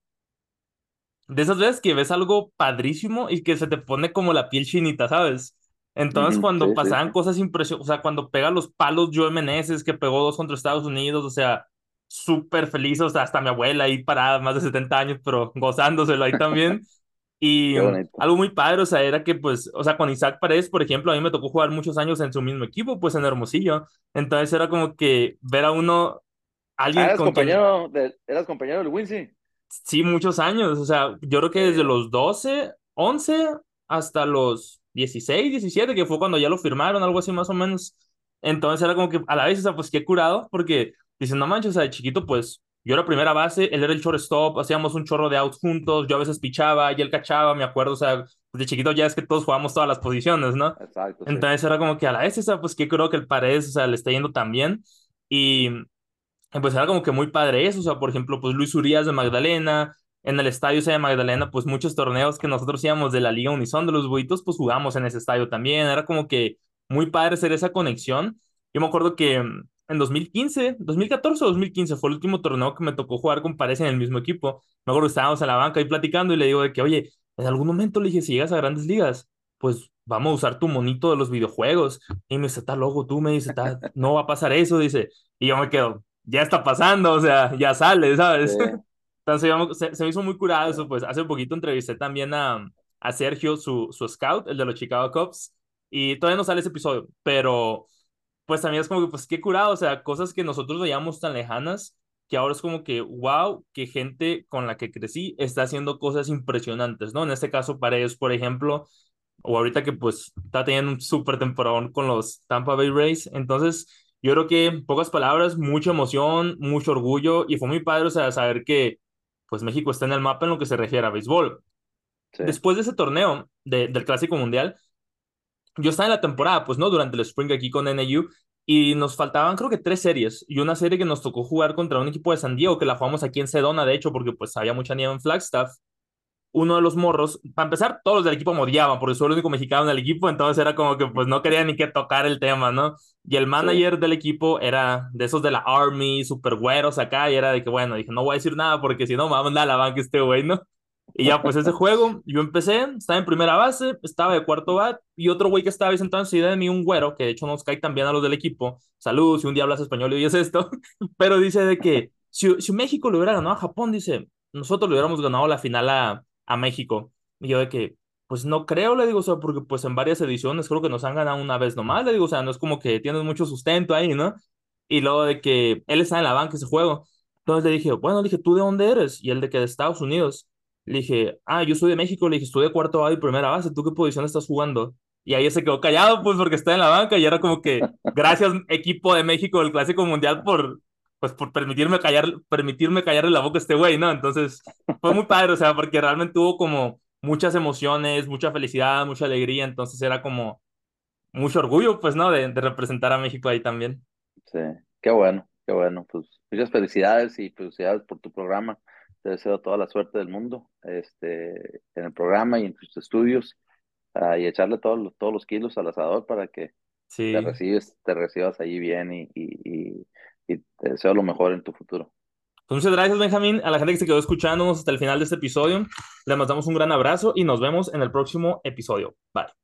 [SPEAKER 3] de esas veces que ves algo padrísimo y que se te pone como la piel chinita, ¿sabes? Entonces
[SPEAKER 2] Ujú,
[SPEAKER 3] cuando
[SPEAKER 2] sí, sí,
[SPEAKER 3] pasaban
[SPEAKER 2] sí.
[SPEAKER 3] cosas impresionantes, o sea, cuando pega los palos Joe Meneses, que pegó dos contra Estados Unidos, o sea, súper feliz, o sea, hasta mi abuela ahí parada, más de setenta años, pero gozándoselo ahí también. Y
[SPEAKER 2] Qué
[SPEAKER 3] mm,
[SPEAKER 2] bonito.
[SPEAKER 3] algo muy padre, o sea, era que pues, o sea, con Isaac Paredes, por ejemplo, a mí me tocó jugar muchos años en su mismo equipo, pues en Hermosillo. Entonces era como que ver a uno,
[SPEAKER 2] Ah,
[SPEAKER 3] alguien
[SPEAKER 2] eras
[SPEAKER 3] con quien
[SPEAKER 2] compañero de, eras compañero del Wincy.
[SPEAKER 3] sí, muchos años. O sea, yo creo que
[SPEAKER 2] Qué
[SPEAKER 3] desde
[SPEAKER 2] bien.
[SPEAKER 3] los doce once hasta los dieciséis diecisiete que fue cuando ya lo firmaron, algo así más o menos. Entonces era como que a la vez, o sea, pues qué curado, porque dicen, no manches, o sea, de chiquito, pues yo era primera base, él era el shortstop, hacíamos un chorro de outs juntos, yo a veces pichaba y él cachaba, me acuerdo, o sea, de chiquito ya es que todos jugábamos todas las posiciones, ¿no?
[SPEAKER 2] Exacto, sí.
[SPEAKER 3] Entonces era como que a la vez, o sea, pues qué creo que el Paredes, o sea, le está yendo tan bien. Y pues era como que muy padre eso, o sea, por ejemplo, pues Luis Urías de Magdalena, en el estadio ese de Magdalena, pues muchos torneos que nosotros íbamos de la Liga Unison de los Buitos, pues jugamos en ese estadio también, era como que muy padre hacer esa conexión. Yo me acuerdo que mm, en dos mil quince, dos mil catorce o dos mil quince fue el último torneo que me tocó jugar con Paredes en el mismo equipo. Me acuerdo que estábamos en la banca ahí platicando y le digo de que, oye, en algún momento le dije, si llegas a grandes ligas, pues vamos a usar tu monito de los videojuegos. Y me dice, está loco tú, me dice, "Está- no va a pasar eso", dice. Y yo me quedo, ya está pasando, o sea, ya sale,
[SPEAKER 2] Sí,
[SPEAKER 3] ¿sabes? Entonces digamos, se, se me hizo muy curado
[SPEAKER 2] sí,
[SPEAKER 3] eso, pues hace poquito entrevisté también a, a Sergio, su, su scout, el de los Chicago Cubs, y todavía no sale ese episodio, pero pues también es como que, pues qué curado, o sea, cosas que nosotros veíamos tan lejanas, que ahora es como que, wow, que gente con la que crecí está haciendo cosas impresionantes, ¿no? En este caso, Paredes, por ejemplo, o ahorita que pues está teniendo un súper temporadón con los Tampa Bay Rays. Entonces, yo creo que en pocas palabras, mucha emoción, mucho orgullo y fue muy padre, o sea, saber que pues México está en el mapa en lo que se refiere a béisbol.
[SPEAKER 2] sí,
[SPEAKER 3] Después de ese torneo de- del Clásico Mundial, yo estaba en la temporada, pues no, durante el Spring aquí con N U y nos faltaban creo que tres series y una serie que nos tocó jugar contra un equipo de San Diego que la jugamos aquí en Sedona, de hecho, porque pues había mucha nieve en Flagstaff. Uno de los morros, para empezar, todos los del equipo me odiaban porque soy el único mexicano en el equipo, entonces era como que pues no quería ni que tocar el tema, ¿no? Y el
[SPEAKER 2] sí.
[SPEAKER 3] manager del equipo era de esos de la Army, super güeros acá, y era de que, bueno, dije, no voy a decir nada porque si no me va a mandar a la banca este güey, ¿no? Y ya, pues ese juego, yo empecé, estaba en primera base, estaba de cuarto bat, y otro güey que estaba ahí sentado enseguida de mí, un güero, que de hecho nos cae también a los del equipo. Saludos, si un día hablas español y oyes esto. Pero dice de que si, si México le hubiera ganado a Japón, dice, nosotros le hubiéramos ganado la final a, a México. Y yo de que, pues no creo, le digo, o sea, porque pues en varias ediciones creo que nos han ganado una vez nomás, le digo, o sea, no es como que tienes mucho sustento ahí, ¿no? Y luego de que él está en la banca ese juego. Entonces le dije, bueno, le dije, ¿tú de dónde eres? Y él de que de Estados Unidos. Le dije, ah, yo soy de México. Le dije, estoy de cuarto A y primera base. ¿Tú qué posición estás jugando? Y ahí se quedó callado, pues, porque está en la banca. Y era como que, gracias, equipo de México del Clásico Mundial, por, pues, por permitirme callar, permitirme callarle la boca a este güey, ¿no? Entonces, fue muy padre, o sea, porque realmente hubo como muchas emociones, mucha felicidad, mucha alegría. Entonces, era como mucho orgullo, pues, ¿no? De, de representar a México ahí también.
[SPEAKER 2] Sí, qué bueno, qué bueno. Pues muchas felicidades y felicidades por tu programa. Te deseo toda la suerte del mundo, este, en el programa y en tus estudios, ah, y echarle todos los, todos los kilos al asador para que te
[SPEAKER 3] Sí.
[SPEAKER 2] recibes, te recibas ahí bien y, y, y, y te deseo lo mejor en tu futuro.
[SPEAKER 3] Pues muchas gracias, Benjamín. A la gente que se quedó escuchándonos hasta el final de este episodio, le mandamos un gran abrazo y nos vemos en el próximo episodio. Bye.